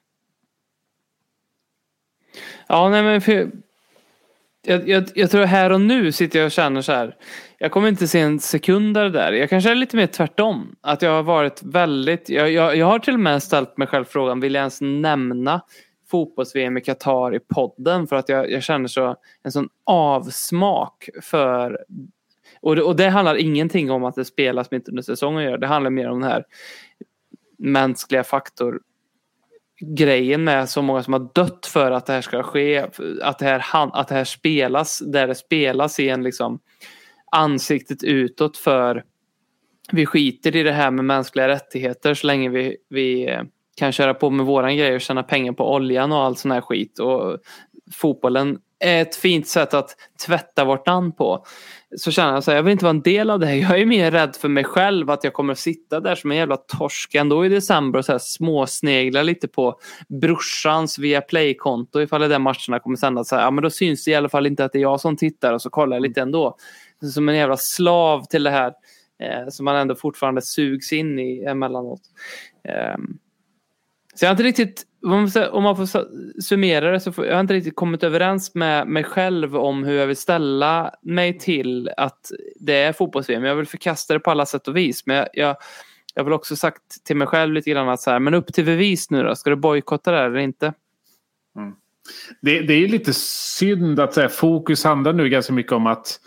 Ja, nej men för jag, jag, jag tror här och nu sitter jag och känner så här. Jag kommer inte se en sekund där. Jag kanske är lite mer tvärtom. Att jag har varit väldigt... Jag, jag, jag har till och med ställt mig själv frågan, vill jag ens nämna fotbolls-V M i Qatar i podden? För att jag, jag känner så en sån avsmak för... Och det, och det handlar ingenting om att det spelas mitt under säsongen. Det handlar mer om den här mänskliga faktor grejen med så många som har dött för att det här ska ske, att det här, att det här spelas där det spelas i en liksom ansiktet utåt för vi skiter i det här med mänskliga rättigheter så länge vi, vi kan köra på med våran grej och tjäna pengar på oljan och allt sån här skit och fotbollen är ett fint sätt att tvätta vårt namn på. Så känner jag så här, jag vill inte vara en del av det här. Jag är mer rädd för mig själv att jag kommer att sitta där som en jävla torsk ändå i december och så här småsnegla lite på brorsans via Play-konto ifall det där matcherna kommer sändas. Så här, ja, men då syns det i alla fall inte att det är jag som tittar och så kollar jag lite ändå. Som en jävla slav till det här eh, som man ändå fortfarande sugs in i emellanåt. Eh, så jag har inte riktigt, om man får summera det, så får, jag har inte riktigt kommit överens med mig själv om hur jag vill ställa mig till att det är fotbolls-V M. Jag vill förkasta det på alla sätt och vis. Men jag, jag, jag vill också sagt till mig själv lite grann att så här, men upp till bevis nu då. Ska du bojkotta det eller inte? Mm. Det, det är lite synd att säga, fokus handlar nu ganska mycket om att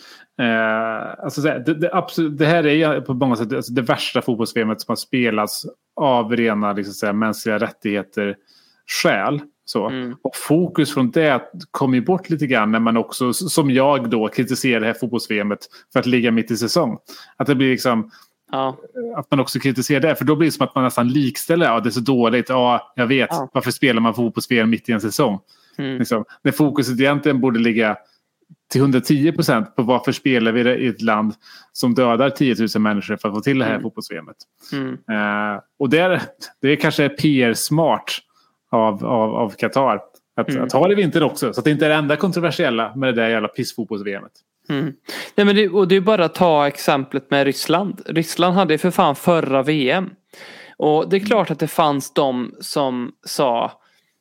Eh, alltså det, det, absolut, det här är på många sätt alltså det värsta fotbolls-V M som har spelats av rena liksom säga, mänskliga rättigheter skäl. Så. Mm. Och fokus från det kommer ju bort lite grann när man också, som jag då, kritiserar det här fotbolls-V M för att ligga mitt i säsong. Att det blir liksom ja. Att man också kritiserar det, för då blir det som att man nästan likställer, ja det är så dåligt, ja jag vet, ja. Varför spelar man fotbolls-V M mitt i en säsong? Mm. Liksom, när fokuset egentligen borde ligga till hundratio procent på varför spelar vi det i ett land som dödar tio tusen människor för att få till det här mm. fotbolls-V M. Mm. Uh, och det är, det är kanske P R-smart av, av, av Qatar att, mm. att ha det vintern också. Så att det inte är det enda kontroversiella med det där jävla pissfotbolls-V M. Mm. Nej, men det, och det är bara att ta exemplet med Ryssland. Ryssland hade för fan förra V M. Och det är klart att det fanns de som sa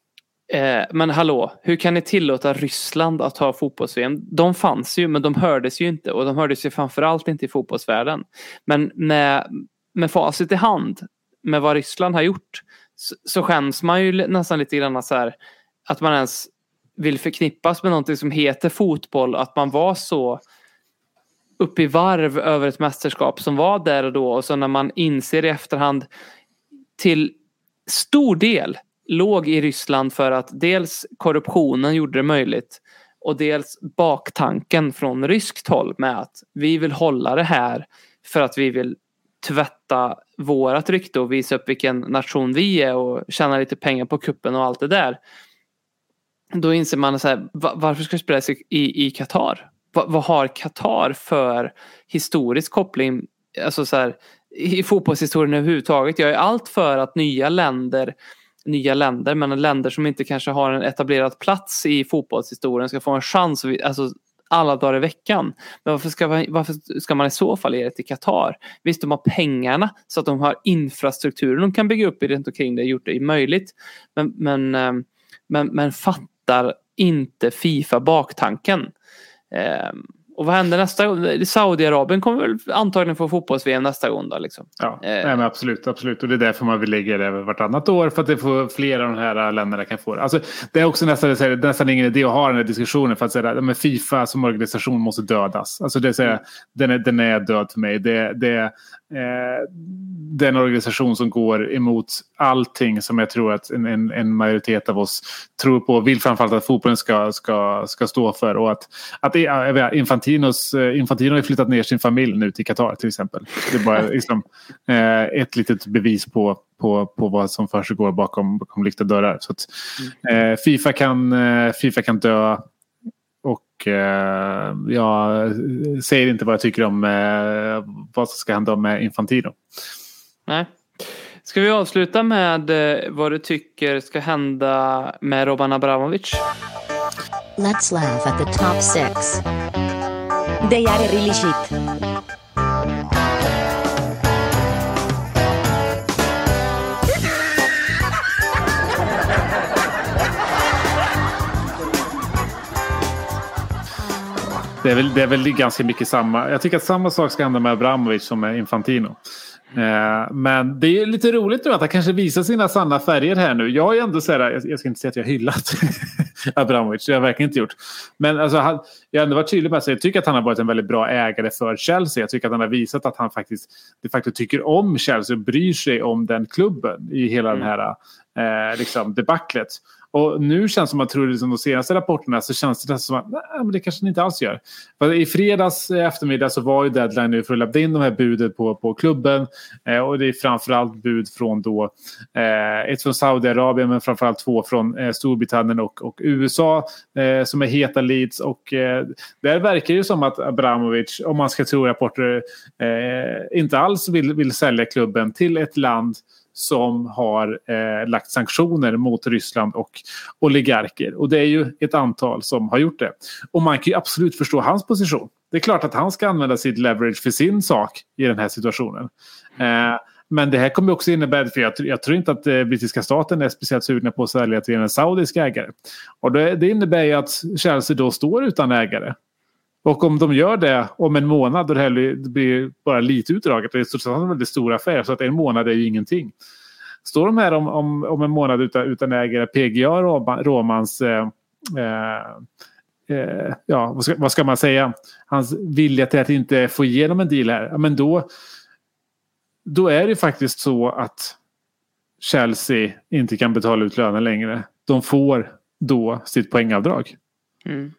Eh, men hallå, hur kan ni tillåta Ryssland att ha fotbolls-V M? De fanns ju, men de hördes ju inte. Och de hördes ju framförallt inte i fotbollsvärlden. Men med, med facit i hand, med vad Ryssland har gjort, så, så skäms man ju nästan lite grann så här, att man ens vill förknippas med någonting som heter fotboll. Att man var så upp i varv över ett mästerskap som var där och då. Och så när man inser i efterhand till stor del låg i Ryssland för att dels korruptionen gjorde det möjligt och dels baktanken från ryskt håll med att vi vill hålla det här för att vi vill tvätta vårat rykte och visa upp vilken nation vi är och tjäna lite pengar på kuppen och allt det där. Då inser man så här, varför ska det spelas i, i Qatar? Va, vad har Qatar för historisk koppling, alltså så här, i fotbollshistorien överhuvudtaget? Jag är allt för att nya länder nya länder, men länder som inte kanske har en etablerad plats i fotbollshistorien ska få en chans, alltså alla dagar i veckan. Men varför ska, man, varför ska man i så fall ge det till Qatar? Visst, de har pengarna så att de har infrastrukturen de kan bygga upp i runt omkring det, gjort det möjligt. Men, men, men, men fattar inte FIFA baktanken. Och vad händer nästa gång? Saudiarabien kommer väl antagligen få fotbolls-V M nästa gång då, liksom. Ja, eh. nej, men absolut, absolut. Och det är därför man vill lägga det vartannat år, för att det får flera av de här länderna kan få det. Alltså, det är också nästan, det är nästan ingen idé att ha den här diskussionen för att säga att men FIFA som organisation måste dödas. Alltså det är, mm. den, är, den är död för mig. Det, det är eh, den organisation som går emot allting som jag tror att en, en, en majoritet av oss tror på, vill framförallt att fotbollen ska, ska, ska stå för. Och att, att jag vet, Infantinos, Infantino har flyttat ner sin familj nu till Qatar till exempel. Det är bara liksom, eh, ett litet bevis på, på, på vad som försiggår bakom, bakom lyckta dörrar. Så att, eh, FIFA, kan, eh, FIFA kan dö. Och eh, jag säger inte vad jag tycker om eh, vad som ska hända med Infantino. Nej. Ska vi avsluta med eh, vad du tycker ska hända med Roman Abramovich? Let's laugh at the top six. They are really shit. Det är, väl, det är väl ganska mycket samma. Jag tycker att samma sak ska hända med Abramovich som med Infantino. Eh, men det är lite roligt nu att han kanske visar sina sanna färger här nu. Jag är ändå så här, jag, jag ska inte säga att jag har hyllat Abramovich, det har jag verkligen inte gjort. Men alltså, han, jag har ändå varit tydlig med att jag tycker att han har varit en väldigt bra ägare för Chelsea. Jag tycker att han har visat att han faktiskt de facto tycker om Chelsea och bryr sig om den klubben i hela mm. den här eh, liksom debaclet. Och nu känns det som att tror liksom de senaste rapporterna så känns det som att nej, men det kanske inte alls gör. För i fredags eftermiddag så var ju deadline nu för att lämna in de här budet på, på klubben. Eh, och det är framförallt bud från då eh, ett från Saudiarabien men framförallt två från eh, Storbritannien och, och U S A eh, som är heta leads. Och eh, där verkar det som att Abramovich, om man ska tro rapporter, eh, inte alls vill, vill sälja klubben till ett land som har eh, lagt sanktioner mot Ryssland och oligarker. Och det är ju ett antal som har gjort det. Och man kan ju absolut förstå hans position. Det är klart att han ska använda sitt leverage för sin sak i den här situationen. Eh, men det här kommer också innebära, för jag, jag tror inte att eh, brittiska staten är speciellt sugna på att sälja till en saudisk ägare. Och det, det innebär ju att Chelsea då står utan ägare. Och om de gör det om en månad då det här blir bara lite utdraget, det är en väldigt stor affär så att en månad är ju ingenting. Står de här om, om, om en månad utan, utan ägare P G A Romans eh, eh, ja, vad ska, vad ska man säga, hans vilja till att inte få igenom en deal här, men då då är det faktiskt så att Chelsea inte kan betala ut löner längre. De får då sitt poängavdrag. Mm.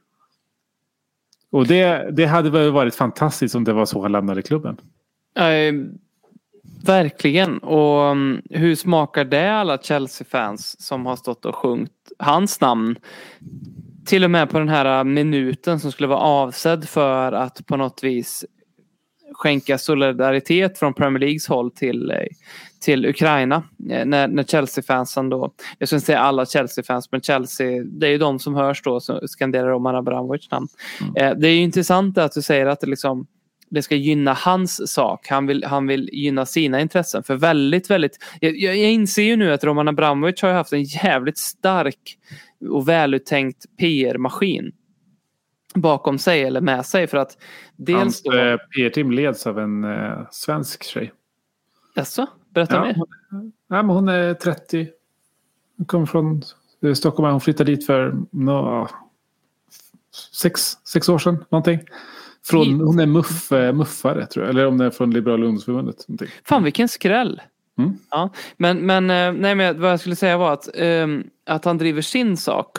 Och det, det hade väl varit fantastiskt om det var så han lämnade klubben. Äh, verkligen. Och um, hur smakar det alla Chelsea-fans som har stått och sjungit hans namn? Till och med på den här minuten som skulle vara avsedd för att på något vis skänka solidaritet från Premier Leagues håll till, till Ukraina. När, när Chelsea-fansen då, jag ska inte säga alla Chelsea-fans, men Chelsea, det är ju de som hörs då som skanderar Roman Abramovich namn. Mm. Det är ju intressant att du säger att det, liksom, det ska gynna hans sak. Han vill, han vill gynna sina intressen. För väldigt, väldigt, jag, jag inser ju nu att Roman Abramovich har haft en jävligt stark och väluttänkt P R-maskin bakom sig eller med sig, för att dels hans då... eh, P R-team leds av en eh, svensk tjej. Jaså? Berätta ja, mer. Hon, ja, men hon är trettio. Hon kommer från Stockholm. Hon flyttade dit för no, sex, sex år sedan. Någonting. Från, hon är muff, muffare tror jag. Eller om det är från Liberala ungdomsförbundet. Någonting. Fan vilken skräll. Mm. Ja, men, men, nej, men vad jag skulle säga var att, um, att han driver sin sak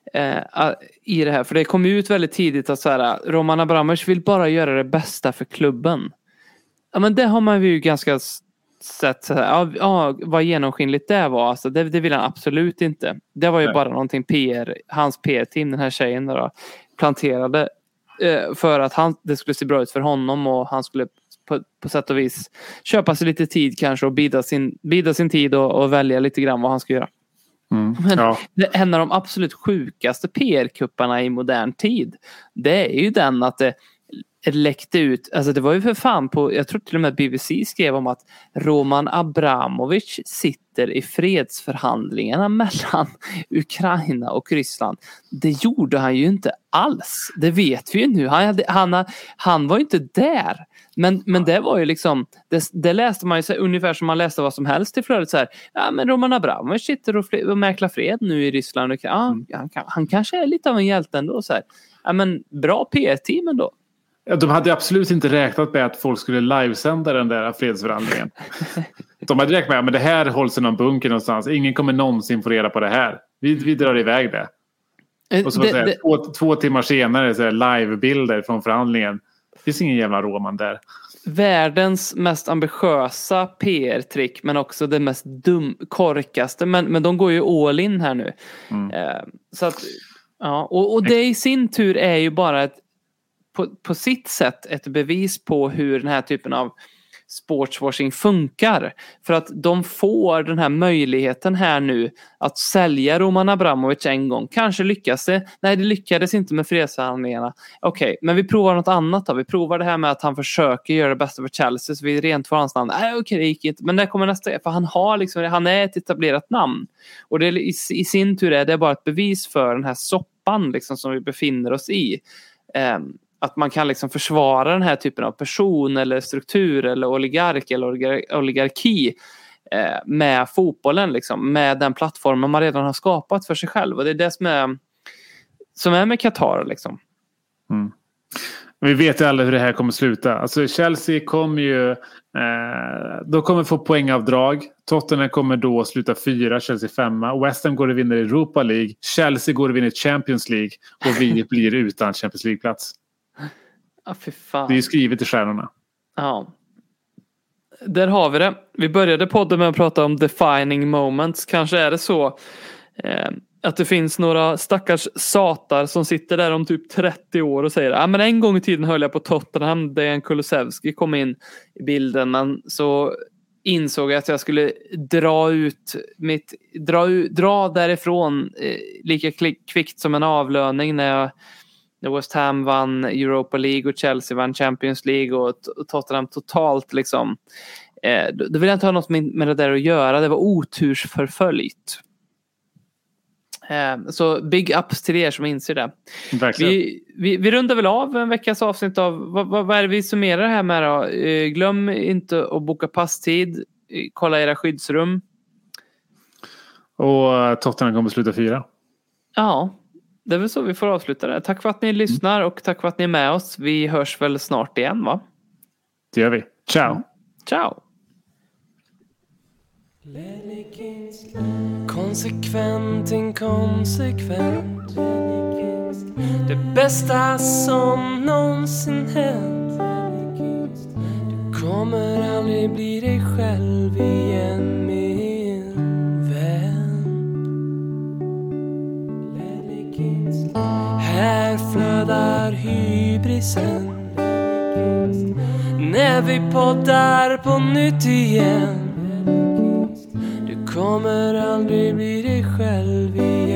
uh, i det här. För det kom ut väldigt tidigt att så här, Roman Abramovich vill bara göra det bästa för klubben. Ja, men det har man ju ganska sett så här, ja, ja, vad genomskinligt det var. Alltså, det, det vill han absolut inte. Det var ju nej. bara någonting P R, hans P R-team, den här tjejen då, planterade uh, för att han, det skulle se bra ut för honom och han skulle På, på sätt och vis köpa sig lite tid kanske och bida sin, bida sin tid och, och välja lite grann vad han ska göra. Mm, men ja. det, en av de absolut sjukaste P R-kupparna i modern tid, det är ju den att det, det läckte ut, alltså det var ju för fan på, jag tror till och med B B C skrev om att Roman Abramovich sitter i fredsförhandlingarna mellan Ukraina och Ryssland. Det gjorde han ju inte alls. Det vet vi ju nu. Han, hade, han, han var ju inte där. Men, men det var ju liksom, det, det läste man ju så, ungefär som man läste vad som helst i flödet så här. Ja, men Roman Abramovich sitter och, fred, och mäklar fred nu i Ryssland. Och, ja, han, han kanske är lite av en hjälte ändå så här. Ja, men bra P R-team ändå. Ja, de hade absolut inte räknat med att folk skulle livesända den där fredsförhandlingen. De hade räknat med att men det här hålls i någon bunker någonstans. Ingen kommer någonsin få reda på det här. Vi, vi drar iväg det. Och så det, säga, det... Två, två timmar senare så är livebilder från förhandlingen. Det finns ingen jävla Roman där. Världens mest ambitiösa P R-trick, men också det mest dum, korkaste. Men, men de går ju all in här nu. Mm. Eh, så att, ja, och, och det i sin tur är ju bara ett På, på sitt sätt ett bevis på hur den här typen av sportswashing funkar. För att de får den här möjligheten här nu att sälja Roman Abramovich en gång. Kanske lyckas det. Nej, det lyckades inte med fredsförhandlingarna. Okej, okay, men vi provar något annat då. Vi provar det här med att han försöker göra det bästa för Chelsea så vi rent får hans namn. Nej, okej, okay, det gick inte. Men det kommer nästa. För han har liksom, han är ett etablerat namn. Och det, i, i sin tur är det bara ett bevis för den här soppan liksom, som vi befinner oss i. Um, Att man kan liksom försvara den här typen av person eller struktur eller oligark eller oligarki eh, med fotbollen liksom, med den plattformen man redan har skapat för sig själv. Och det är det som är, som är med Qatar liksom. Mm. Vi vet ju alla hur det här kommer sluta. Alltså Chelsea kommer ju... Eh, de kommer få poängavdrag. Tottenham kommer då sluta fyra, Chelsea femma. West Ham går och vinner Europa League. Chelsea går och vinner Champions League. Och vi blir utan Champions League-plats. Ja, fy fan. Det är ju skrivet i stjärnorna. Ja. Där har vi det. Vi började podden med att prata om defining moments. Kanske är det så eh, att det finns några stackars satar som sitter där om typ trettio år och säger ah, men en gång i tiden höll jag på Tottenham. Dejan Kulusevski kom in i bilden. Men så insåg jag att jag skulle dra ut mitt dra, dra därifrån eh, lika kvickt som en avlöning när jag när West Ham vann Europa League och Chelsea vann Champions League och Tottenham totalt liksom. Eh, då vill jag inte ha något med, med det där att göra. Det var otursförföljt. Eh, så big ups till er som inser det. Vi, vi, vi rundar väl av en veckas avsnitt av vad, vad, vad är det vi summerar här med då? Eh, glöm inte att boka passtid. Kolla era skyddsrum. Och Tottenham kommer sluta fyra. Ja. Det är väl så vi får avsluta det. Tack för att ni lyssnar och tack för att ni är med oss. Vi hörs väl snart igen, va? Det gör vi. Ciao. Ciao. Konsekvent, inkonsekvent. Det bästa som någonsin hänt. Du kommer aldrig bli dig själv igen, min vän. Här flödar hybrisen när vi poddar på nytt igen. Du kommer aldrig bli dig själv igen.